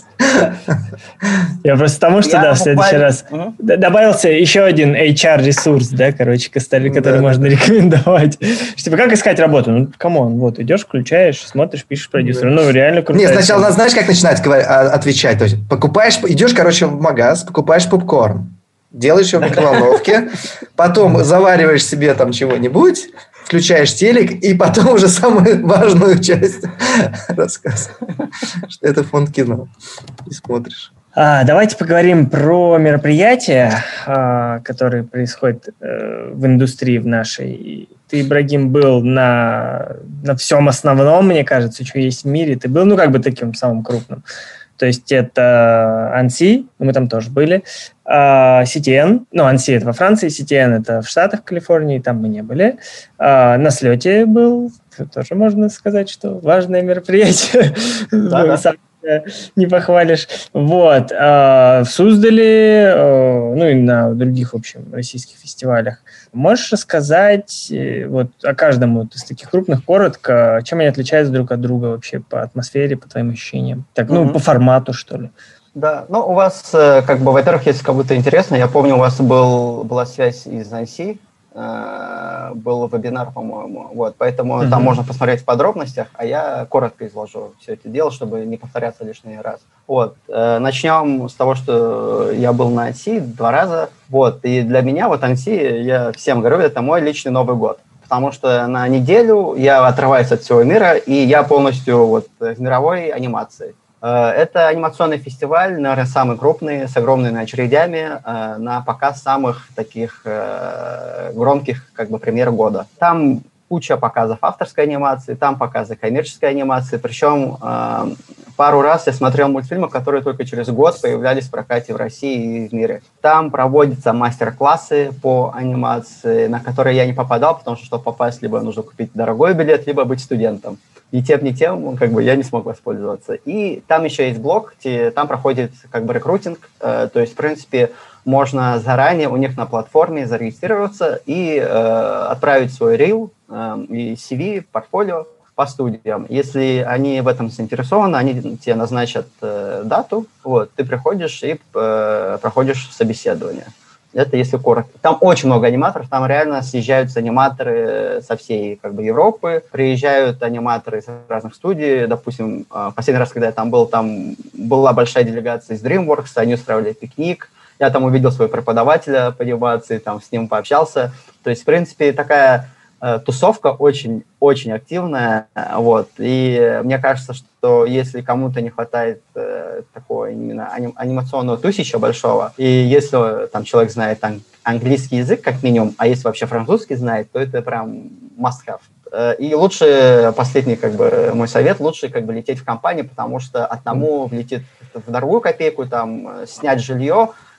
Я просто тому, что да, в следующий раз добавился еще один эйч ар-ресурс, да, короче, который можно рекомендовать. Типа, как искать работу? Ну, камон, вот, идешь, включаешь, смотришь, пишешь продюсеру. Ну, реально круто. Нет, сначала надо, знаешь, как начинать отвечать? То есть, покупаешь, идешь, короче, в магаз, покупаешь попкорн, делаешь его в микроволновке, потом завариваешь себе там чего-нибудь, включаешь телек, и потом уже самую важную часть рассказываешь, что это фонд кино. И смотришь. А, давайте поговорим про мероприятия, а, которые происходят а, в индустрии в нашей. Ты, Ибрагим, был на, на всем основном, мне кажется, что есть в мире. Ты был, ну, как бы таким самым крупным. То есть это Анси, мы там тоже были, си ти эн, ну, Анси это во Франции, си ти эн это в Штатах, в Калифорнии, там мы не были. А, на слете был, тоже можно сказать, что важное мероприятие. Да, да. Не похвалишь. Вот. А, в Суздале, а, ну и на других, в общем, российских фестивалях. Можешь рассказать вот о каждом вот из таких крупных коротко, чем они отличаются друг от друга вообще по атмосфере, по твоим ощущениям? Так, ну, mm-hmm. по формату, что ли? Да, ну, у вас, как бы, во-первых, если кому-то интересно, я помню, у вас был, была связь из Анси, был вебинар, по-моему, вот, поэтому mm-hmm. там можно посмотреть в подробностях, а я коротко изложу все это дело, чтобы не повторяться лишний раз. Вот, начнем с того, что я был на Анси два раза, вот, и для меня вот Анси, я всем говорю, это мой личный Новый год, потому что на неделю я отрываюсь от всего мира, и я полностью вот в мировой анимации. Это анимационный фестиваль, наверное, самый крупный, с огромными очередями э, на показ самых таких э, громких, как бы, премьер года. Там куча показов авторской анимации, там показы коммерческой анимации, причем э, пару раз я смотрел мультфильмы, которые только через год появлялись в прокате в России и в мире. Там проводятся мастер-классы по анимации, на которые я не попадал, потому что, чтобы попасть, либо нужно купить дорогой билет, либо быть студентом. И тем, не тем, как бы, я не смог воспользоваться. И там еще есть блог, где, там проходит, как бы, рекрутинг, э, то есть, в принципе, можно заранее у них на платформе зарегистрироваться и э, отправить свой рил э, и си ви, портфолио по студиям. Если они в этом заинтересованы, они тебе назначат э, дату, вот, ты приходишь и э, проходишь собеседование. Это если коротко. Там очень много аниматоров, там реально съезжаются аниматоры со всей, как бы, Европы, приезжают аниматоры из разных студий. Допустим, последний раз, когда я там был, там была большая делегация из DreamWorks, они устраивали пикник. Я там увидел своего преподавателя по анимации, там с ним пообщался. То есть, в принципе, такая э, тусовка очень-очень активная. Вот. И мне кажется, что если кому-то не хватает э, такого именно аним, анимационного тусища большого, и если там человек знает ан- английский язык как минимум, а если вообще французский знает, то это прям must-have. И лучше, последний, как бы, мой совет, лучше, как бы, лететь в компанию, потому что одному влетит в дорогую копейку, там, снять жилье,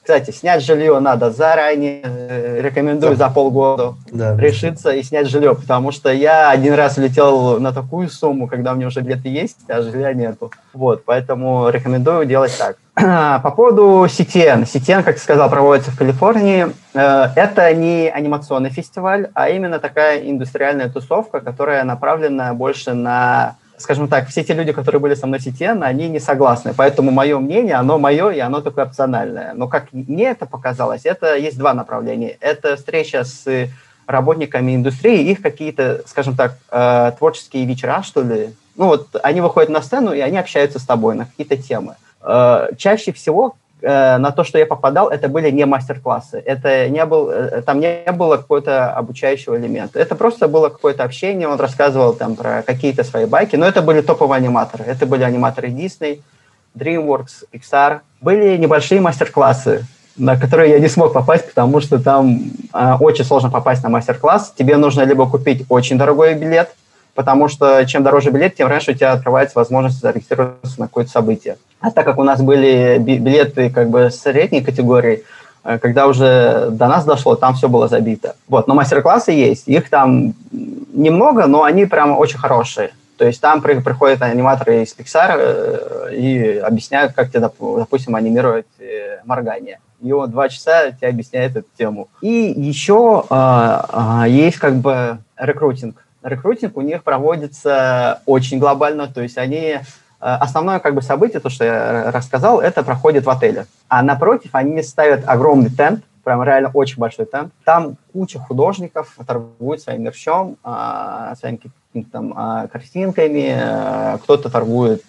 Кстати, снять жилье надо заранее, рекомендую за полгода да. решиться и снять жилье, потому что я один раз летел на такую сумму, когда у меня уже билеты есть, а жилья нету. Вот, поэтому рекомендую делать так. По поводу си ти эн. си ти эн, как я сказал, проводится в Калифорнии. Это не анимационный фестиваль, а именно такая индустриальная тусовка, которая направлена больше на... Скажем так, все те люди, которые были со мной в си ти эн, они не согласны. Поэтому мое мнение, оно мое, и оно такое опциональное. Но как мне это показалось, это есть два направления. Это встреча с работниками индустрии, их какие-то, скажем так, творческие вечера, что ли. Ну вот они выходят на сцену, и они общаются с тобой на какие-то темы. Чаще всего на то, что я попадал, это были не мастер-классы. Это не был, там не было какого-то обучающего элемента. Это просто было какое-то общение, он рассказывал там про какие-то свои байки, но это были топовые аниматоры. Это были аниматоры Disney, DreamWorks, Pixar. Были небольшие мастер-классы, на которые я не смог попасть, потому что там э, очень сложно попасть на мастер-класс. Тебе нужно либо купить очень дорогой билет, потому что чем дороже билет, тем раньше у тебя открывается возможность зарегистрироваться на какое-то событие. А так как у нас были билеты как бы средней категории, когда уже до нас дошло, там все было забито. Вот, но мастер-классы есть, их там немного, но они прям очень хорошие. То есть там при, приходят аниматоры из Pixar э, и объясняют, как тебе, допустим, анимировать э, моргание. И он два часа тебе объясняет эту тему. И еще э, э, есть как бы рекрутинг. Рекрутинг у них проводится очень глобально, то есть они... Основное как бы событие, то, что я рассказал, это проходит в отеле. А напротив они ставят огромный тент, прям реально очень большой тент. Там куча художников торгуют своим мерчом, своими какими-то там картинками, кто-то торгует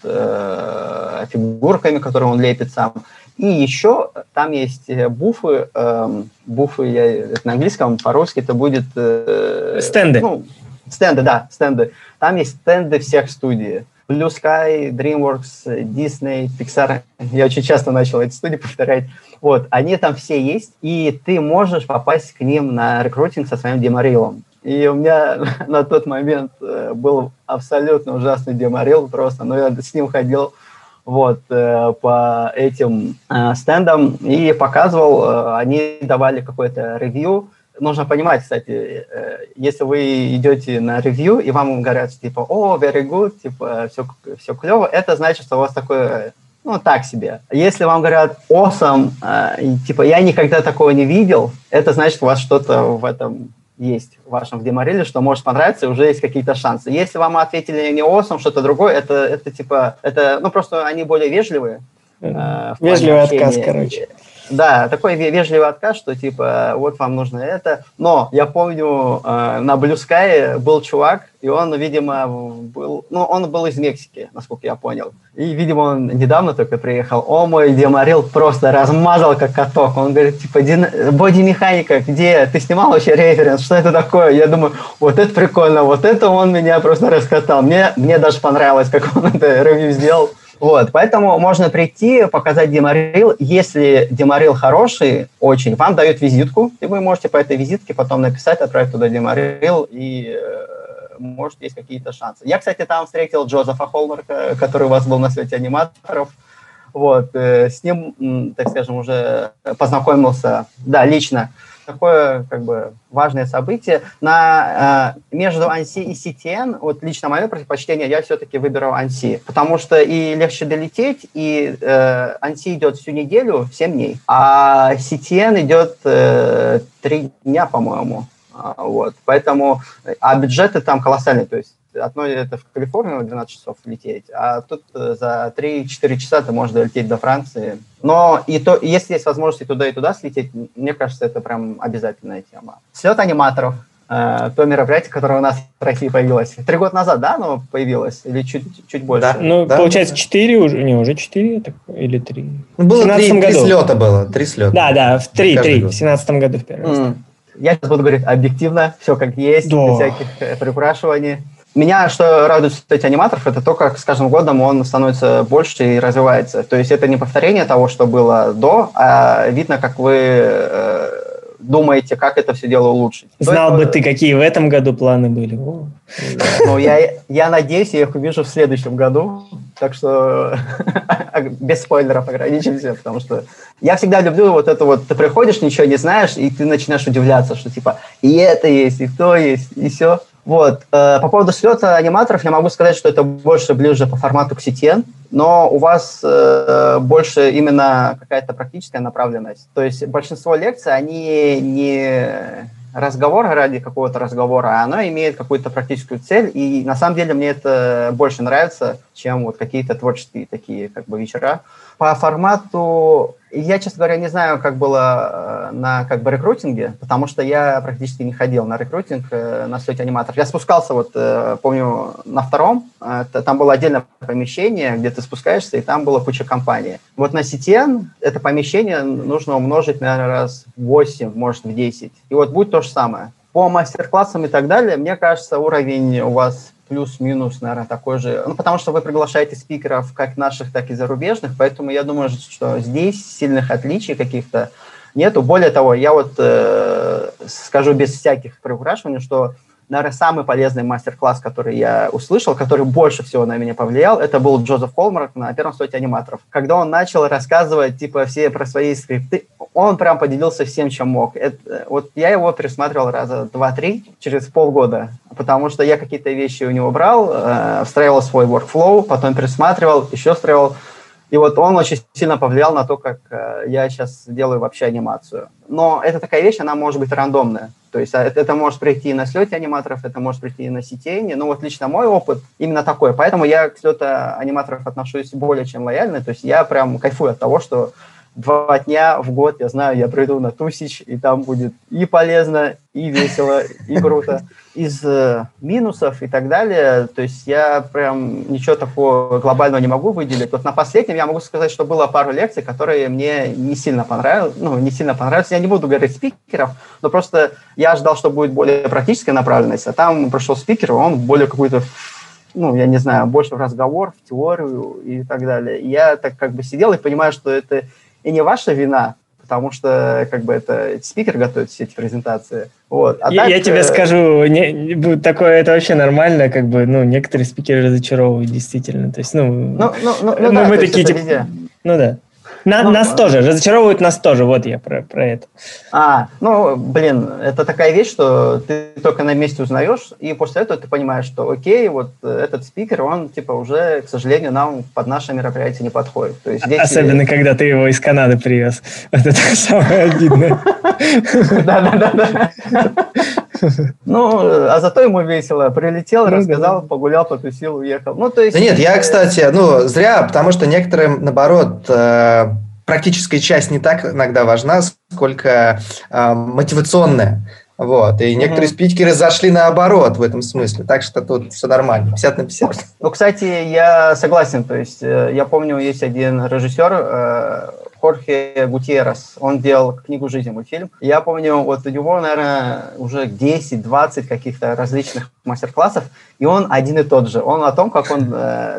фигурками, которые он лепит сам. И еще там есть буфы, буфы, я, это на английском, по-русски это будет... Стенды. Ну, стенды, да, стенды. Там есть стенды всех студий. Blue Sky, DreamWorks, Disney, Pixar. Я очень часто начал эти студии повторять. Вот, они там все есть, и ты можешь попасть к ним на рекрутинг со своим деморилом. И у меня на тот момент был абсолютно ужасный деморил просто, но я с ним ходил вот, по этим стендам и показывал, они давали какое-то ревью. Нужно понимать, кстати, если вы идете на ревью, и вам говорят, типа, о, very good, типа, все, все клево, это значит, что у вас такое, ну, так себе. Если вам говорят awesome, типа, я никогда такого не видел, это значит, у вас что-то в этом есть, в вашем демориле, что может понравиться, и уже есть какие-то шансы. Если вам ответили не awesome, что-то другое, это, это типа, это, ну, просто они более вежливые. Вежливый отказ, короче. Да, такой вежливый отказ, что типа вот вам нужно это. Но я помню, э, на Blue Sky был чувак, и он, видимо, был, ну, он был из Мексики, насколько я понял. И, видимо, он недавно только приехал. О, мой деморил просто размазал как каток. Он говорит, типа, боди-механика, где? Ты снимал вообще референс? Что это такое? Я думаю, вот это прикольно, вот это он меня просто раскатал. Мне, мне даже понравилось, как он это ревью сделал. Вот, поэтому можно прийти, показать деморил. Если деморил хороший, очень, вам дают визитку, и вы можете по этой визитке потом написать, отправить туда деморил, и э, может есть какие-то шансы. Я, кстати, там встретил Джозефа Холмарка, который у вас был на свете аниматоров. Вот, э, с ним, так скажем, уже познакомился, да, лично. Такое, как бы, важное событие. На, э, между Анси и си ти эн, вот лично мое предпочтение, я все-таки выберу Анси, потому что и легче долететь, и э, Анси идет всю неделю, семь дней, а си ти эн идет э, три дня, по-моему. Вот, поэтому, а бюджеты там колоссальные, то есть одно это в Калифорнию двенадцать часов лететь, а тут за три-четыре часа ты можешь долететь до Франции. Но и то, если есть возможность и туда, и туда слететь, мне кажется, это прям обязательная тема. Слет аниматоров. Э, то мероприятие, которое у нас в России появилось. Три года назад, да, оно появилось? Или чуть, чуть больше? Да. Ну, да, получается, четыре уже, не, уже четыре или три. Было три, три слета было, три слета. Да, да, в три, три, в семнадцатом году в первый раз. Mm. Я сейчас буду говорить объективно, все как есть, да. без всяких приукрашиваний. Меня что радует, кстати, аниматоров, это то, как с каждым годом он становится больше и развивается. То есть это не повторение того, что было до, а видно, как вы э, думаете, как это все дело улучшить. Знал то бы это... ты, какие в этом году планы были. Ну, я, я надеюсь, я их увижу в следующем году. Так что без спойлеров ограничимся, потому что я всегда люблю вот это вот, ты приходишь, ничего не знаешь, и ты начинаешь удивляться, что типа и это есть, и то есть, и все. Вот. По поводу слета аниматоров я могу сказать, что это больше ближе по формату к си ти эн, но у вас э, больше именно какая-то практическая направленность. То есть большинство лекций, они не разговор ради какого-то разговора, а оно имеет какую-то практическую цель, и на самом деле мне это больше нравится, чем вот какие-то творческие такие как бы вечера. По формату я, честно говоря, не знаю, как было на как бы рекрутинге, потому что я практически не ходил на рекрутинг на слете аниматоров. Я спускался, вот помню, на втором, там было отдельное помещение, где ты спускаешься, и там была куча компаний. Вот на си ти эн это помещение нужно умножить, наверное, раз в восемь, может, в десять. И вот будет то же самое. По мастер-классам и так далее, мне кажется, уровень у вас плюс-минус, наверное, такой же. Ну, потому что вы приглашаете спикеров как наших, так и зарубежных, поэтому я думаю, что здесь сильных отличий каких-то нету. Более того, я вот э, скажу без всяких приукрашиваний, что, наверное, самый полезный мастер-класс, который я услышал, который больше всего на меня повлиял, это был Джозеф Колмарк на первом слете аниматоров. Когда он начал рассказывать, типа, все про свои скрипты, он прям поделился всем, чем мог. Это, вот я его пересматривал раза два-три через полгода, потому что я какие-то вещи у него брал, э, встраивал свой workflow, потом пересматривал, еще встраивал. И вот он очень сильно повлиял на то, как э, я сейчас делаю вообще анимацию. Но это такая вещь, она может быть рандомная. То есть это, это может прийти на слете аниматоров, это может прийти и на си ти эн. Но вот лично мой опыт именно такой. Поэтому я к слету аниматоров отношусь более чем лояльно. То есть я прям кайфую от того, что два дня в год, я знаю, я приду на тусич, и там будет и полезно, и весело, и круто. Из э, минусов и так далее, то есть я прям ничего такого глобального не могу выделить. Вот на последнем я могу сказать, что было пару лекций, которые мне не сильно понравились. Ну, не сильно понравились. Я не буду говорить спикеров, но просто я ожидал, что будет более практическая направленность, а там пришел спикер, он более какой-то, ну, я не знаю, больше в разговор, в теорию и так далее. И я так как бы сидел и понимаю, что это и не ваша вина, потому что как бы это спикер готовит все эти презентации. Вот. А я, так, я тебе э... скажу, не, такое это вообще нормально, как бы, ну, некоторые спикеры разочаровывают действительно. То есть, ну, ну, ну, ну, ну да, мы такие, типа, везде. Ну да. На, ну, нас тоже, разочаровывают нас тоже, вот я про, про это. А, ну, блин, это такая вещь, что ты только на месте узнаешь, и после этого ты понимаешь, что окей, вот этот спикер, он, типа, уже, к сожалению, нам под наше мероприятие не подходит. То есть здесь особенно, и... когда ты его из Канады привез. Вот это самое обидное. Да-да-да. Ну, а зато ему весело. Прилетел, рассказал, погулял, потусил, уехал. Ну, то есть... Да нет, я, кстати, ну, зря, потому что некоторым, наоборот, э, практическая часть не так иногда важна, сколько э, мотивационная. Вот. И некоторые mm-hmm. спикеры зашли наоборот в этом смысле. Так что тут все нормально, пятьдесят на пятьдесят. Ну, кстати, я согласен. То есть, я помню, есть один режиссер, э, Хорхе Гутьеррес, он делал «Книгу жизни», мультфильм. Я помню, вот у него, наверное, уже десять-двадцать каких-то различных мастер-классов, и он один и тот же. Он о том, как он э,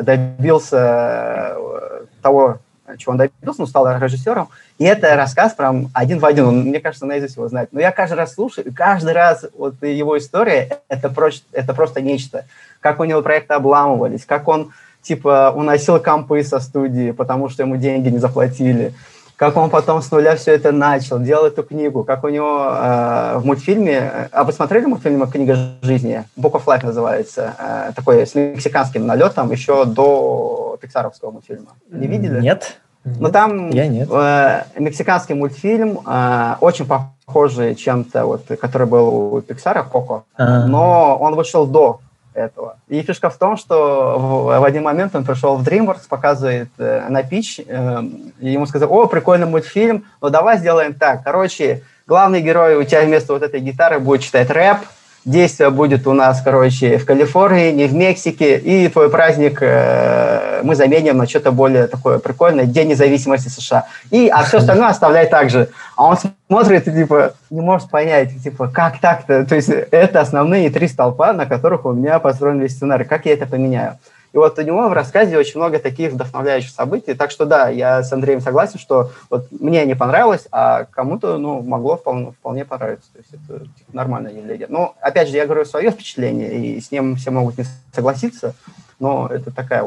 добился того, чего он добился, он стал режиссером, и это рассказ прям один в один, он, мне кажется, наизусть его знает. Но я каждый раз слушаю, и каждый раз вот его история, это, проч, это просто нечто. Как у него проекты обламывались, как он типа уносил компы со студии, потому что ему деньги не заплатили, как он потом с нуля все это начал, делал эту книгу, как у него э, в мультфильме, а вы смотрели мультфильм «Книга жизни»? Book of Life называется, э, такой с мексиканским налетом еще до пиксаровского мультфильма. Не видели? Нет. Но там Я нет. Э, мексиканский мультфильм, э, очень похожий чем-то, вот, который был у Пиксара, Коко, А-а-а. но он вышел до этого. И фишка в том, что в, в один момент он пришел в DreamWorks, показывает э, на питч, э, и ему сказали: о, прикольный мультфильм, но давай сделаем так. Короче, главный герой у тебя вместо вот этой гитары будет читать рэп, действие будет у нас, короче, в Калифорнии, не в Мексике, и твой праздник э, мы заменим на что-то более такое прикольное, День независимости США. И, а все остальное оставляй так же. А он смотрит и, типа, не может понять, типа, как так-то? То есть это основные три столпа, на которых у меня построен весь сценарий. Как я это поменяю? И вот у него в рассказе очень много таких вдохновляющих событий. Так что да, я с Андреем согласен, что вот мне не понравилось, а кому-то, ну, могло вполне, вполне понравиться. То есть это типа, нормальное явление. Но, опять же, я говорю свое впечатление, и с ним все могут не согласиться, но это такая вот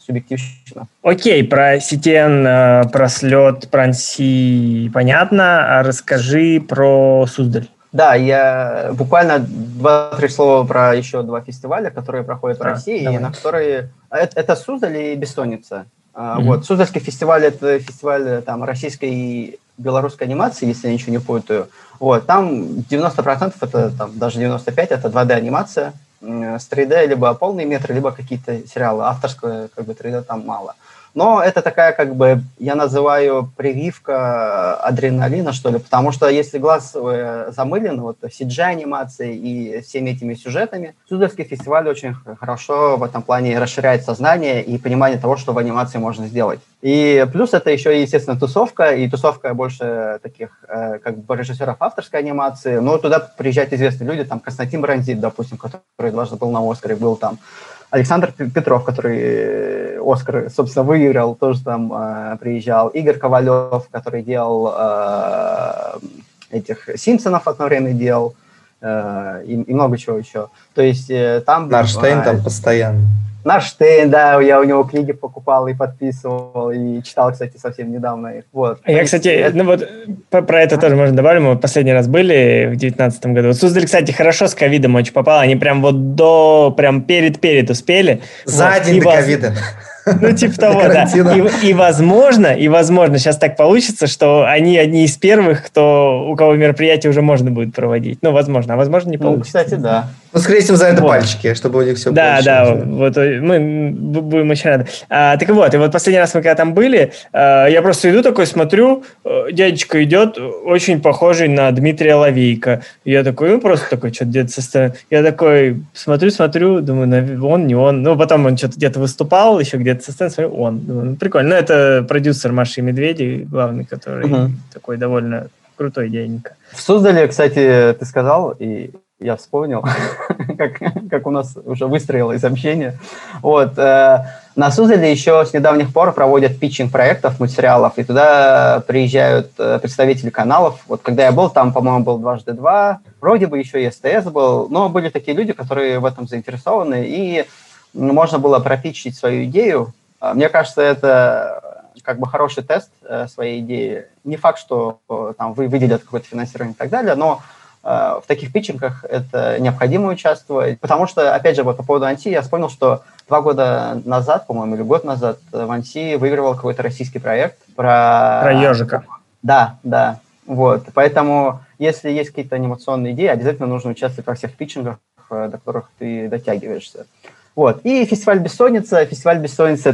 субъективщина. Окей, про си ти эн, про слет, про эн си понятно, а расскажи про Суздаль. Да, я буквально два-три слова про еще два фестиваля, которые проходят а, в России, давай. И на которые... Это, это Суздаль и Бессонница. Mm-hmm. Вот. Суздальский фестиваль – это фестиваль там, российской и белорусской анимации, если я ничего не путаю. Вот. Там девяносто процентов, это там, даже девяносто пять процентов, это два дэ-анимация с три дэ, либо полные метры, либо какие-то сериалы. Авторское как бы три дэ там мало. Но это такая, как бы, я называю прививка адреналина, что ли, потому что если глаз замылен вот си джи-анимацией и всеми этими сюжетами, Суздальский фестиваль очень хорошо в этом плане расширяет сознание и понимание того, что в анимации можно сделать. И плюс это еще, естественно, тусовка, и тусовка больше таких, как бы, режиссеров авторской анимации, но туда приезжают известные люди, там, Константин Бронзит, допустим, который дважды был на Оскаре, был там, Александр Петров, который Оскар, собственно, выиграл, тоже там э, приезжал. Игорь Ковалев, который делал э, этих Симпсонов одно время делал, э, и, и много чего еще. То есть э, там... Нарштейн э, там постоянно. Нарштейн, да, я у него книги покупал и подписывал, и читал, кстати, совсем недавно их. Вот. Я, кстати, это... ну вот про, про это а? тоже можно добавить. Мы последний раз были в девятнадцатом году. Вот Суздаль, кстати, хорошо с ковидом очень попал. Они прям вот до, прям перед-перед успели. За вот. день и до вас... ковида. Ну, типа того, да. И, и возможно, и возможно, сейчас так получится, что они одни из первых, кто, у кого мероприятие уже можно будет проводить. Ну, возможно, а возможно, не получится. Ну, кстати, да. Ну, скрестим за это вот. Пальчики, чтобы у них все да, получилось. Да, да, вот мы будем очень рады. А, так вот, и вот последний раз мы когда там были, а, я просто иду такой, смотрю, дядечка идет, очень похожий на Дмитрия Лавейко. Я такой, ну, просто такой, что-то где-то со стороны. Я такой смотрю, смотрю, думаю, он, не он. Ну, потом он что-то где-то выступал, еще где-то со сцены, смотрю, он. Думаю, ну, прикольно. Ну, это продюсер Маши и Медведи, главный, который угу. такой довольно крутой дяденька. В Суздале, кстати, ты сказал, и я вспомнил, как, как у нас уже выстроилось общение. Вот, э, на Суздале еще с недавних пор проводят питчинг проектов, мультсериалов, и туда приезжают э, представители каналов. Вот когда я был, там, по-моему, был дважды два, вроде бы еще и СТС был, но были такие люди, которые в этом заинтересованы, и можно было пропитчить свою идею. Мне кажется, это как бы хороший тест э, своей идеи. Не факт, что э, там вы выделят какое-то финансирование и так далее, но в таких питчингах это необходимо участвовать, потому что, опять же, вот по поводу эн си, я вспомнил, что два года назад, по-моему, или год назад в эн си выигрывал какой-то российский проект про... Про ежика. Да, да, вот, поэтому если есть какие-то анимационные идеи, обязательно нужно участвовать во всех питчингах, до которых ты дотягиваешься. Вот, и фестиваль «Бессонница». Фестиваль «Бессонница» —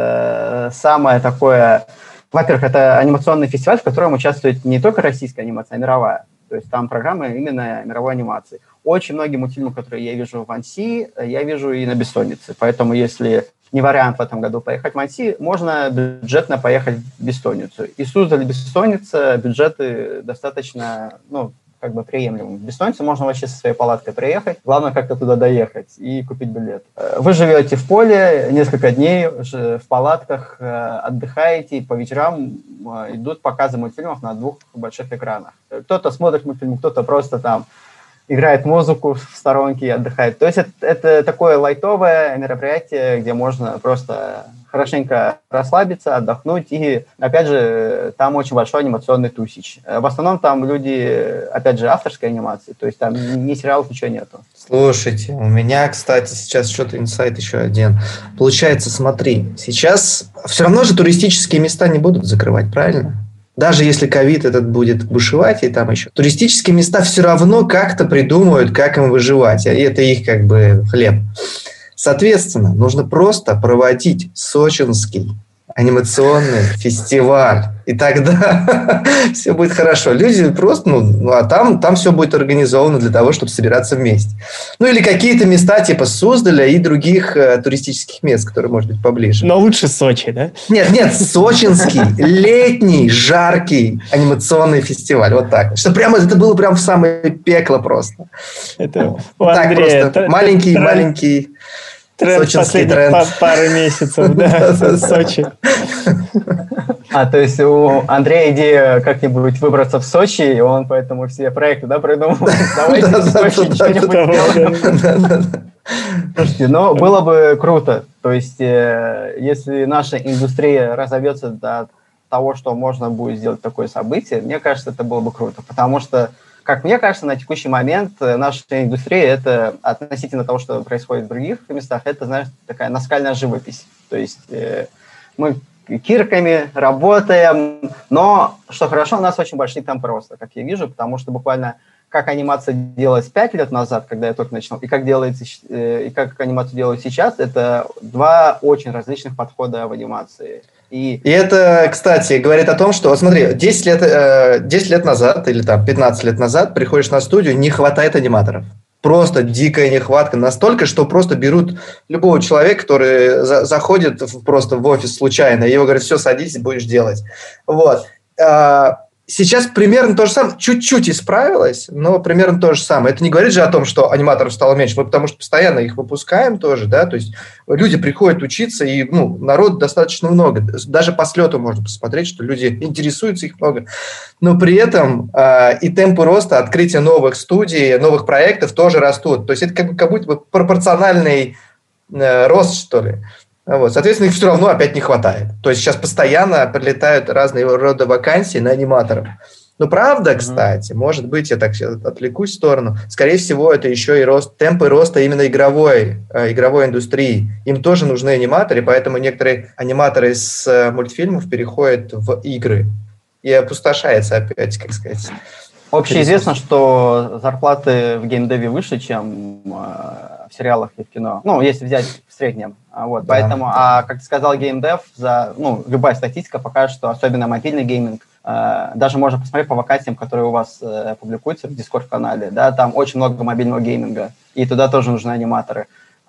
это самое такое... Во-первых, это анимационный фестиваль, в котором участвует не только российская анимация, а мировая. То есть там программы именно мировой анимации. Очень многие мультфильмы, которые я вижу в эн си, я вижу и на «Бессоннице». Поэтому если не вариант в этом году поехать в эн си, можно бюджетно поехать в «Бессонницу». И Суздаль, «Бессонница», бюджеты достаточно, ну, как бы приемлемым. В «Бессонницу» можно вообще со своей палаткой приехать. Главное как-то туда доехать и купить билет. Вы живете в поле несколько дней в палатках, отдыхаете, по вечерам идут показы мультфильмов на двух больших экранах. Кто-то смотрит мультфильм, кто-то просто там играет музыку в сторонке и отдыхает. То есть это, это такое лайтовое мероприятие, где можно просто хорошенько расслабиться, отдохнуть. И, опять же, там очень большой анимационный тусич. В основном там люди, опять же, авторской анимации. То есть там ни сериалов, ничего нету. Слушайте, у меня, кстати, сейчас что-то инсайт еще один. Получается, смотри, сейчас все равно же туристические места не будут закрывать, правильно? Даже если ковид этот будет бушевать, и там еще туристические места все равно как-то придумают, как им выживать. И это их как бы хлеб. Соответственно, нужно просто проводить сочинский анимационный фестиваль. И тогда все будет хорошо. Люди просто, ну, ну а там, там все будет организовано для того, чтобы собираться вместе. Ну, или какие-то места типа Суздаля и других э, туристических мест, которые, может быть, поближе. Но лучше Сочи, да? Нет, нет, сочинский, летний, жаркий анимационный фестиваль. Вот так. Что прямо, это было прям в самое пекло просто. Это так просто. Маленький-маленький... Тренд последних тренд. пары месяцев, да, в Сочи. А, то есть у Андрея идея как-нибудь выбраться в Сочи, и он поэтому все проекты, да, придумал. Давайте в Сочи что-нибудь сделаем. Слушайте, но было бы круто. То есть, э, если наша индустрия разовьется до того, что можно будет сделать такое событие, мне кажется, это было бы круто. Потому что, как мне кажется, на текущий момент наша индустрия, это относительно того, что происходит в других местах, это, знаешь, такая наскальная живопись. То есть э, мы кирками работаем, но, что хорошо, у нас очень большие темпы роста, как я вижу, потому что буквально как анимация делалась пять лет назад, когда я только начал, и как, делается, и как анимацию делают сейчас, это два очень различных подхода в анимации. И... и это, кстати, говорит о том, что, вот смотри, десять лет, десять лет назад или там пятнадцать лет назад приходишь на студию, не хватает аниматоров. Просто дикая нехватка. Настолько, что просто берут любого человека, который за, заходит в, просто в офис случайно, и его говорят, все, садись, будешь делать. Вот. Сейчас примерно то же самое, чуть-чуть исправилось, но примерно то же самое. Это не говорит же о том, что аниматоров стало меньше, мы потому что постоянно их выпускаем тоже, да, то есть люди приходят учиться, и, ну, народ достаточно много. Даже по слету можно посмотреть, что люди интересуются, их много. Но при этом э, и темпы роста, открытия новых студий, новых проектов тоже растут. То есть это как, как будто бы пропорциональный э, рост, что ли. Вот. Соответственно, их все равно опять не хватает. То есть сейчас постоянно прилетают разные рода вакансии на аниматоров. Но правда, кстати, mm-hmm. может быть, я так отвлекусь в сторону, скорее всего, это еще и рост, темпы роста именно игровой, э, игровой индустрии. Им тоже нужны аниматоры, поэтому некоторые аниматоры с э, мультфильмов переходят в игры. И опустошается опять, как сказать. Общеизвестно, что зарплаты в геймдеве выше, чем э, в сериалах и в кино. Ну, если взять в среднем. Вот, да, поэтому, да. А как ты сказал, геймдев, за, ну, любая статистика покажет, что особенно мобильный гейминг, э, даже можно посмотреть по вакансиям, которые у вас э, публикуются в Discord-канале, да, там очень много мобильного гейминга, и туда тоже нужны аниматоры.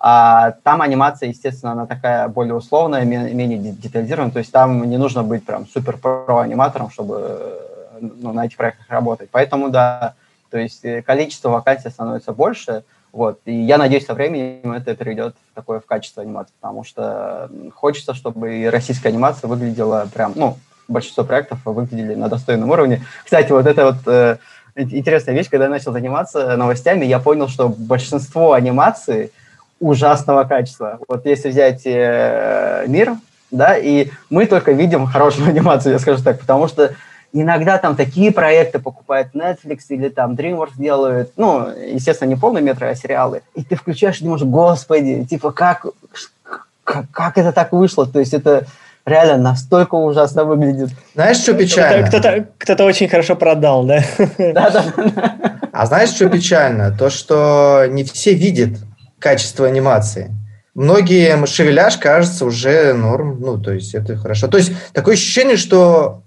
А там анимация, естественно, она такая более условная, менее детализированная, то есть там не нужно быть прям супер-про-аниматором, чтобы ну, на этих проектах работать. Поэтому, да, то есть количество вакансий становится больше. Вот. И я надеюсь, со временем это перейдет в такое в качество анимации, потому что хочется, чтобы и российская анимация выглядела прям, ну, большинство проектов выглядели на достойном уровне. Кстати, вот это вот э, интересная вещь, когда я начал заниматься новостями, я понял, что большинство анимации ужасного качества. Вот если взять э, мир, да, и мы только видим хорошую анимацию, я скажу так, потому что иногда там такие проекты покупает Netflix или там DreamWorks делают, ну, естественно, не полные метры, а сериалы. И ты включаешь и думаешь, господи, типа, как, как, как это так вышло? То есть это реально настолько ужасно выглядит. Знаешь, что печально? Кто-то, кто-то очень хорошо продал, да? Да-да. А знаешь, что печально? То, что не все видят качество анимации. Многие шевеляж кажется уже норм, ну, то есть это хорошо. То есть такое ощущение, что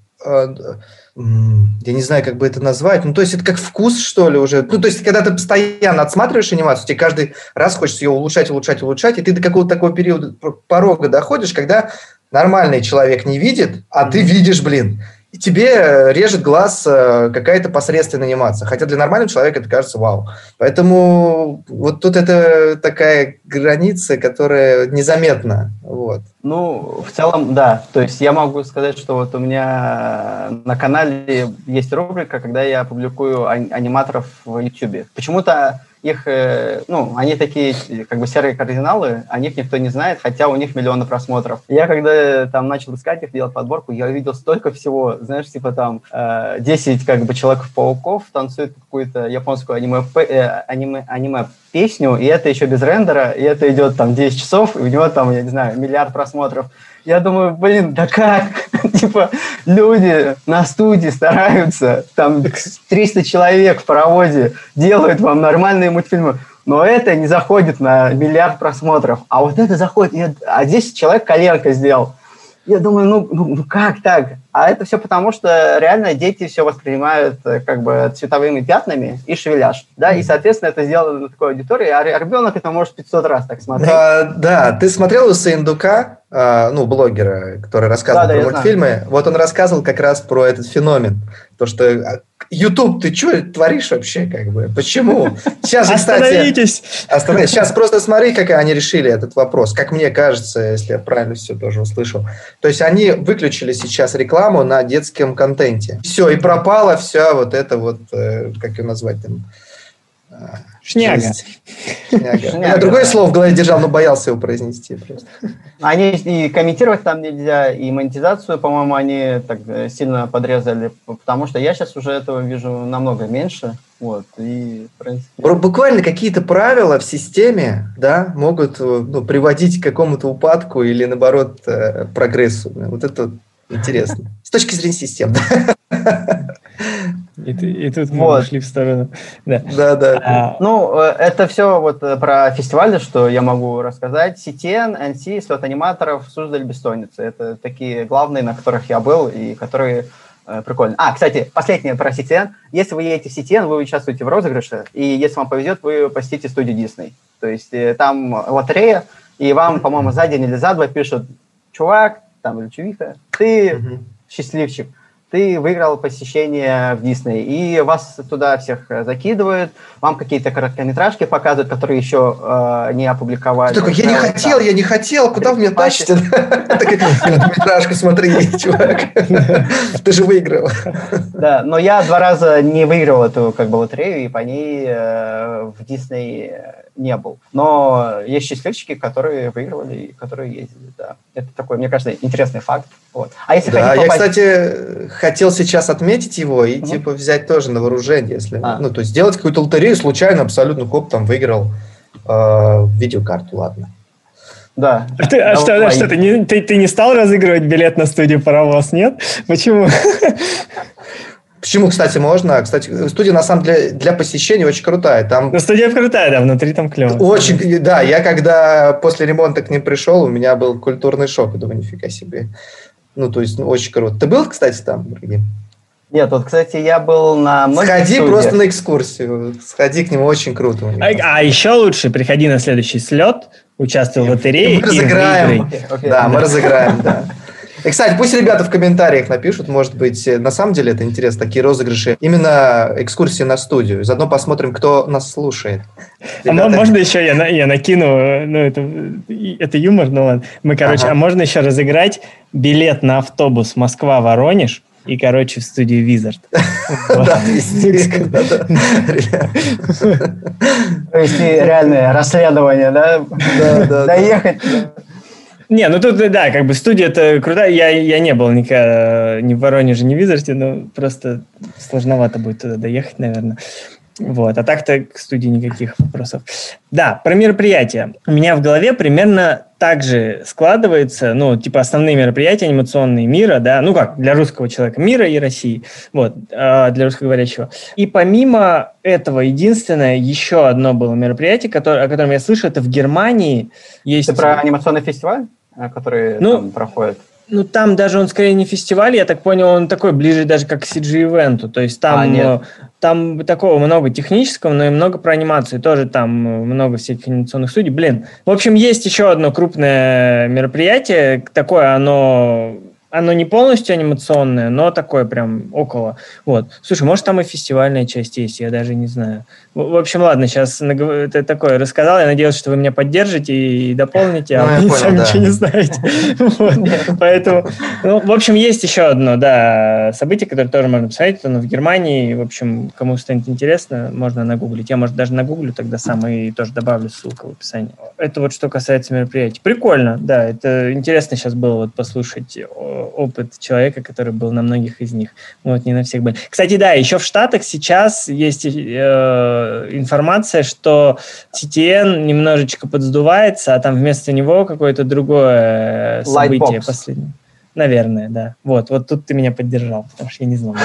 я не знаю, как бы это назвать, ну, то есть это как вкус, что ли, уже. Ну, то есть когда ты постоянно отсматриваешь анимацию, тебе каждый раз хочется ее улучшать, улучшать, улучшать, и ты до какого-то такого периода порога доходишь, когда нормальный человек не видит, а ты видишь, блин. И тебе режет глаз какая-то посредственная анимация. Хотя для нормального человека это кажется вау. Поэтому вот тут это такая граница, которая незаметна. Вот. Ну, в целом, да. То есть я могу сказать, что вот у меня на канале есть рубрика, когда я публикую аниматоров в YouTube. Почему-то их, ну, они такие, как бы, серые кардиналы, о них никто не знает, хотя у них миллионы просмотров. Я когда там начал искать их, делать подборку, я увидел столько всего, знаешь, типа там десять, как бы, Человеков-пауков танцуют какую-то японскую аниме, аниме, аниме-песню, и это еще без рендера, и это идет там десять часов, и у него там, я не знаю, миллиард просмотров. Я думаю, блин, да как? Типа, люди на студии стараются, там триста человек в паровозе делают вам нормальные мультфильмы, но это не заходит на миллиард просмотров. А вот это заходит, а десять человек коленка сделал. Я думаю, ну, ну как так? А это все потому, что реально дети все воспринимают как бы цветовыми пятнами и шевеляж. Да? И, соответственно, это сделано на такой аудитории, а ребенок это может пятьсот раз так смотреть. Да, да. Ты смотрел у Саиндука, ну, блогера, который рассказывал да, про да, мультфильмы? Знаю. Вот он рассказывал как раз про этот феномен. То, что YouTube, ты что творишь вообще, как бы? Почему? Сейчас, Остановитесь! Кстати, остановитесь! Сейчас просто смотри, как они решили этот вопрос. Как мне кажется, если я правильно все тоже услышал. То есть они выключили сейчас рекламу на детском контенте. Все, и пропала вся вот это вот, как ее назвать там, Шняга. Шняга. Шняга. Я другое слово в голове держал, но боялся его произнести. Просто. Они и комментировать там нельзя, и монетизацию, по-моему, они так сильно подрезали, потому что я сейчас уже этого вижу намного меньше. Вот, и, в принципе... Буквально какие-то правила в системе, да, могут ну, приводить к какому-то упадку или, наоборот, прогрессу. Вот это интересно. С точки зрения систем. И, и тут мы вот. Ушли в сторону. Да, да. да. А, ну, это все вот про фестивали, что я могу рассказать. си ти эн, эн си, слет аниматоров, Суздаль, Бессонница. Это такие главные, на которых я был, и которые э, прикольно. А, кстати, последнее про си ти эн. Если вы едете в си ти эн, вы участвуете в розыгрыше, и если вам повезет, вы посетите студию Disney. То есть э, там лотерея, и вам, по-моему, за день или за два пишут: чувак, там, или чувиха, ты mm-hmm. счастливчик. Ты выиграл посещение в Дисней, и вас туда всех закидывают, вам какие-то короткометражки показывают, которые еще э, не опубликовали. Ты такой: я не хотел, я не хотел, куда вы меня тащите? Короткометражку смотри, чувак, ты же выиграл. Да, но я два раза не выиграл эту как бы лотерею, и по ней в Дисней не был. Но есть счастливчики, которые выигрывали и которые ездили, да. Это такой, мне кажется, интересный факт. Вот. А если да, я, попасть... кстати, хотел сейчас отметить его и, mm-hmm. типа, взять тоже на вооружение, если... А. Ну, то есть, сделать какую-то лотерею, случайно, абсолютно, хоп, там, выиграл э, видеокарту, ладно. Да. А, ты, а что, а что ты, не, ты, ты не стал разыгрывать билет на студию «Паровоз», нет? Почему? Почему, кстати, можно? Кстати, студия, на самом деле, для посещения очень крутая. Там... Ну, студия крутая, да, внутри там клево. Очень, да. Я когда после ремонта к ним пришел, у меня был культурный шок. Я думаю, нифига себе. Ну, то есть, ну, очень круто. Ты был, кстати, там, Брагим? Нет, вот, кстати, я был на многих Сходи студиях. Просто на экскурсию. Сходи к нему, очень круто. А, а еще лучше, приходи на следующий слет, участвуй в лотерее. Мы разыграем. Okay, okay. Да, мы разыграем, да. И, кстати, пусть ребята в комментариях напишут, может быть, на самом деле это интересно, такие розыгрыши, именно экскурсии на студию. Заодно посмотрим, кто нас слушает. Ребята... А можно еще я, я накину, ну, это, это юмор, ну ладно. Мы, короче, ага. А можно еще разыграть билет на автобус Москва-Воронеж и, короче, в студию Wizard. Да, естественно. То есть реальное расследование, да? Да, да. Доехать... Не, ну тут, да, как бы студия-то крутая. Я, я не был никогда ни в Воронеже, ни в Визарте, но просто сложновато будет туда доехать, наверное. Вот, а так-то к студии никаких вопросов. Да, про мероприятия. У меня в голове примерно так же складывается, ну, типа основные мероприятия анимационные мира, да, ну как, для русского человека мира и России, вот, для русскоговорящего. И помимо этого, единственное, еще одно было мероприятие, которое, о котором я слышу, это в Германии есть... Ты про анимационный фестиваль, который ну, там проходит? Ну, там даже он скорее не фестиваль, я так понял, он такой ближе даже как к си джи-ивенту, то есть там, а, там такого много технического, но и много про анимацию, тоже там много всяких анимационных студий. Блин, в общем, есть еще одно крупное мероприятие, такое оно... Оно не полностью анимационное, но такое прям около. Вот. Слушай, может, там и фестивальная часть есть, я даже не знаю. В, в общем, ладно, сейчас это такое рассказал. Я надеялся, что вы меня поддержите и дополните, а вы сами ничего не знаете. Поэтому, ну, в общем, есть еще одно, да, событие, которое тоже можно посмотреть. Оно в Германии. В общем, кому станет интересно, можно нагуглить. Я, может, даже нагуглю тогда сам и тоже добавлю ссылку в описании. Это вот что касается мероприятий. Прикольно, да. Это интересно сейчас было вот послушать опыт человека, который был на многих из них. Вот, не на всех были. Кстати, да, еще в Штатах сейчас есть э, информация, что си ти эн немножечко подсдувается, а там вместо него какое-то другое событие Lightbox. Последнее. Наверное, да. Вот, вот тут ты меня поддержал, потому что я не знал.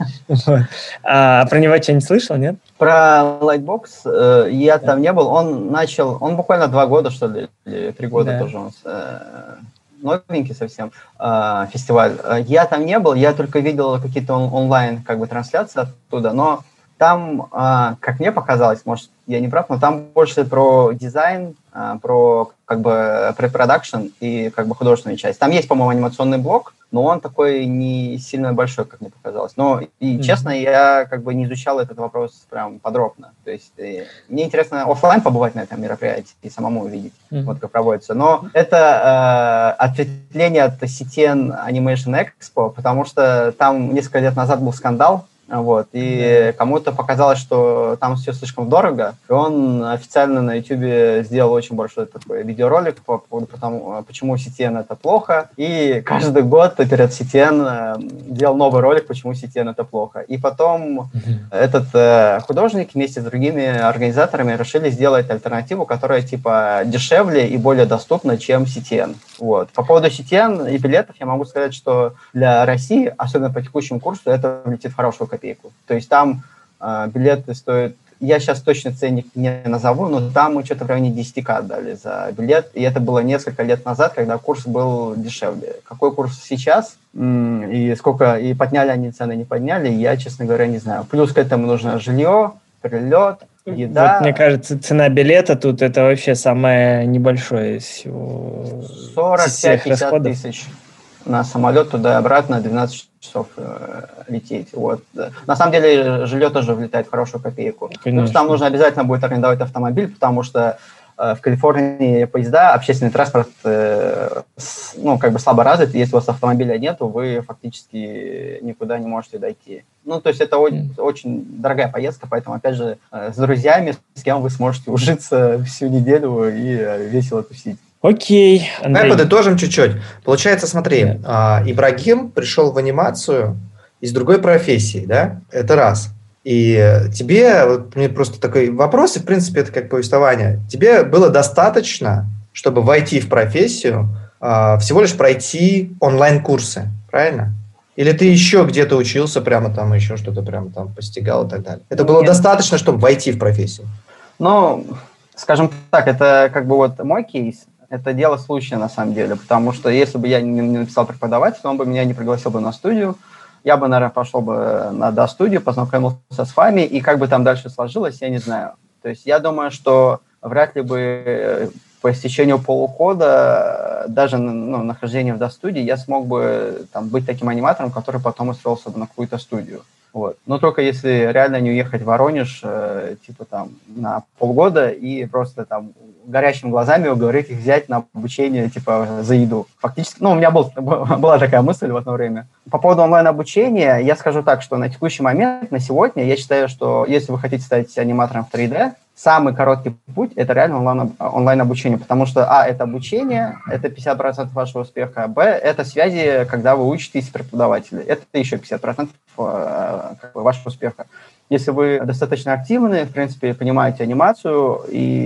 А про него что-нибудь слышал, нет? Про Lightbox э, я там не был. Он начал, он буквально два года, что ли, или три года тоже он новенький совсем э, фестиваль. Я там не был, я только видел какие-то он- онлайн как бы трансляции оттуда, но там, э, как мне показалось, может, я не прав, но там больше про дизайн, э, про как бы препродакшн и как бы художественную часть. Там есть, по-моему, анимационный блок, но он такой не сильно большой, как мне показалось. Но, и, mm-hmm. честно, я как бы не изучал этот вопрос прям подробно. То есть и, мне интересно офлайн побывать на этом мероприятии и самому увидеть, mm-hmm. вот как проводится. Но это э, ответвление от си ти эн Animation Expo, потому что там несколько лет назад был скандал Вот, и mm. кому-то показалось, что там все слишком дорого, и он официально на YouTube сделал очень большой такой видеоролик по поводу того, почему си ти эн это плохо, и каждый год перед си ти эн делал новый ролик, почему си ти эн это плохо. И потом mm-hmm. этот э, художник вместе с другими организаторами решили сделать альтернативу, которая типа дешевле и более доступна, чем си ти эн. Вот. По поводу си ти эн и билетов я могу сказать, что для России, особенно по текущему курсу, это влетит в хорошую копейку. То есть там э, билеты стоят, я сейчас точно ценник не назову, но там мы что-то в районе десять тысяч отдали за билет, и это было несколько лет назад, когда курс был дешевле. Какой курс сейчас, и сколько, и подняли они цены, не подняли, я, честно говоря, не знаю. Плюс к этому нужно жилье, прилет, еда. Вот, мне кажется, цена билета тут это вообще самое небольшое из всего. сорок пять - пятьдесят тысяч. На самолет туда и обратно двенадцать часов э, лететь. Вот. На самом деле жилье тоже влетает в хорошую копейку. Плюс там нужно обязательно будет арендовать автомобиль, потому что э, в Калифорнии поезда, общественный транспорт э, с, ну, как бы слабо развит. Если у вас автомобиля нету, вы фактически никуда не можете дойти. Ну, то есть это очень, очень дорогая поездка, поэтому, опять же, э, с друзьями, с кем вы сможете ужиться всю неделю и э, весело тусить. Окей, Андрей. Давай подытожим чуть-чуть. Получается, смотри, yeah. э, Ибрагим пришел в анимацию из другой профессии, да? Это раз. И тебе, вот мне просто такой вопрос, и, в принципе, это как повествование. Тебе было достаточно, чтобы войти в профессию, э, всего лишь пройти онлайн-курсы, правильно? Или ты еще где-то учился, прямо там еще что-то прямо там постигал и так далее? Это было Нет. достаточно, чтобы войти в профессию? Ну, скажем так, это как бы вот мой кейс. Это дело случая, на самом деле, потому что если бы я не написал преподаватель, он бы меня не пригласил бы на студию, я бы, наверное, пошел бы на до-студию, познакомился с вами, и как бы там дальше сложилось, я не знаю. То есть я думаю, что вряд ли бы по истечению полугода, даже ну, нахождение в до-студии, я смог бы там, быть таким аниматором, который потом устроился бы на какую-то студию. Вот. Но только если реально не уехать в Воронеж, э, типа там на полгода и просто там горящими глазами уговорить их взять на обучение, типа, за еду. Фактически, ну, у меня был, была такая мысль в одно время. По поводу онлайн-обучения, я скажу так, что на текущий момент, на сегодня, я считаю, что если вы хотите стать аниматором в три дэ, самый короткий путь – это реально онлайн, онлайн-обучение, потому что, а, это обучение, это пятьдесят процентов вашего успеха, б, это связи, когда вы учитесь преподаватели, это еще пятьдесят процентов как бы, вашего успеха. Если вы достаточно активны, в принципе, понимаете анимацию,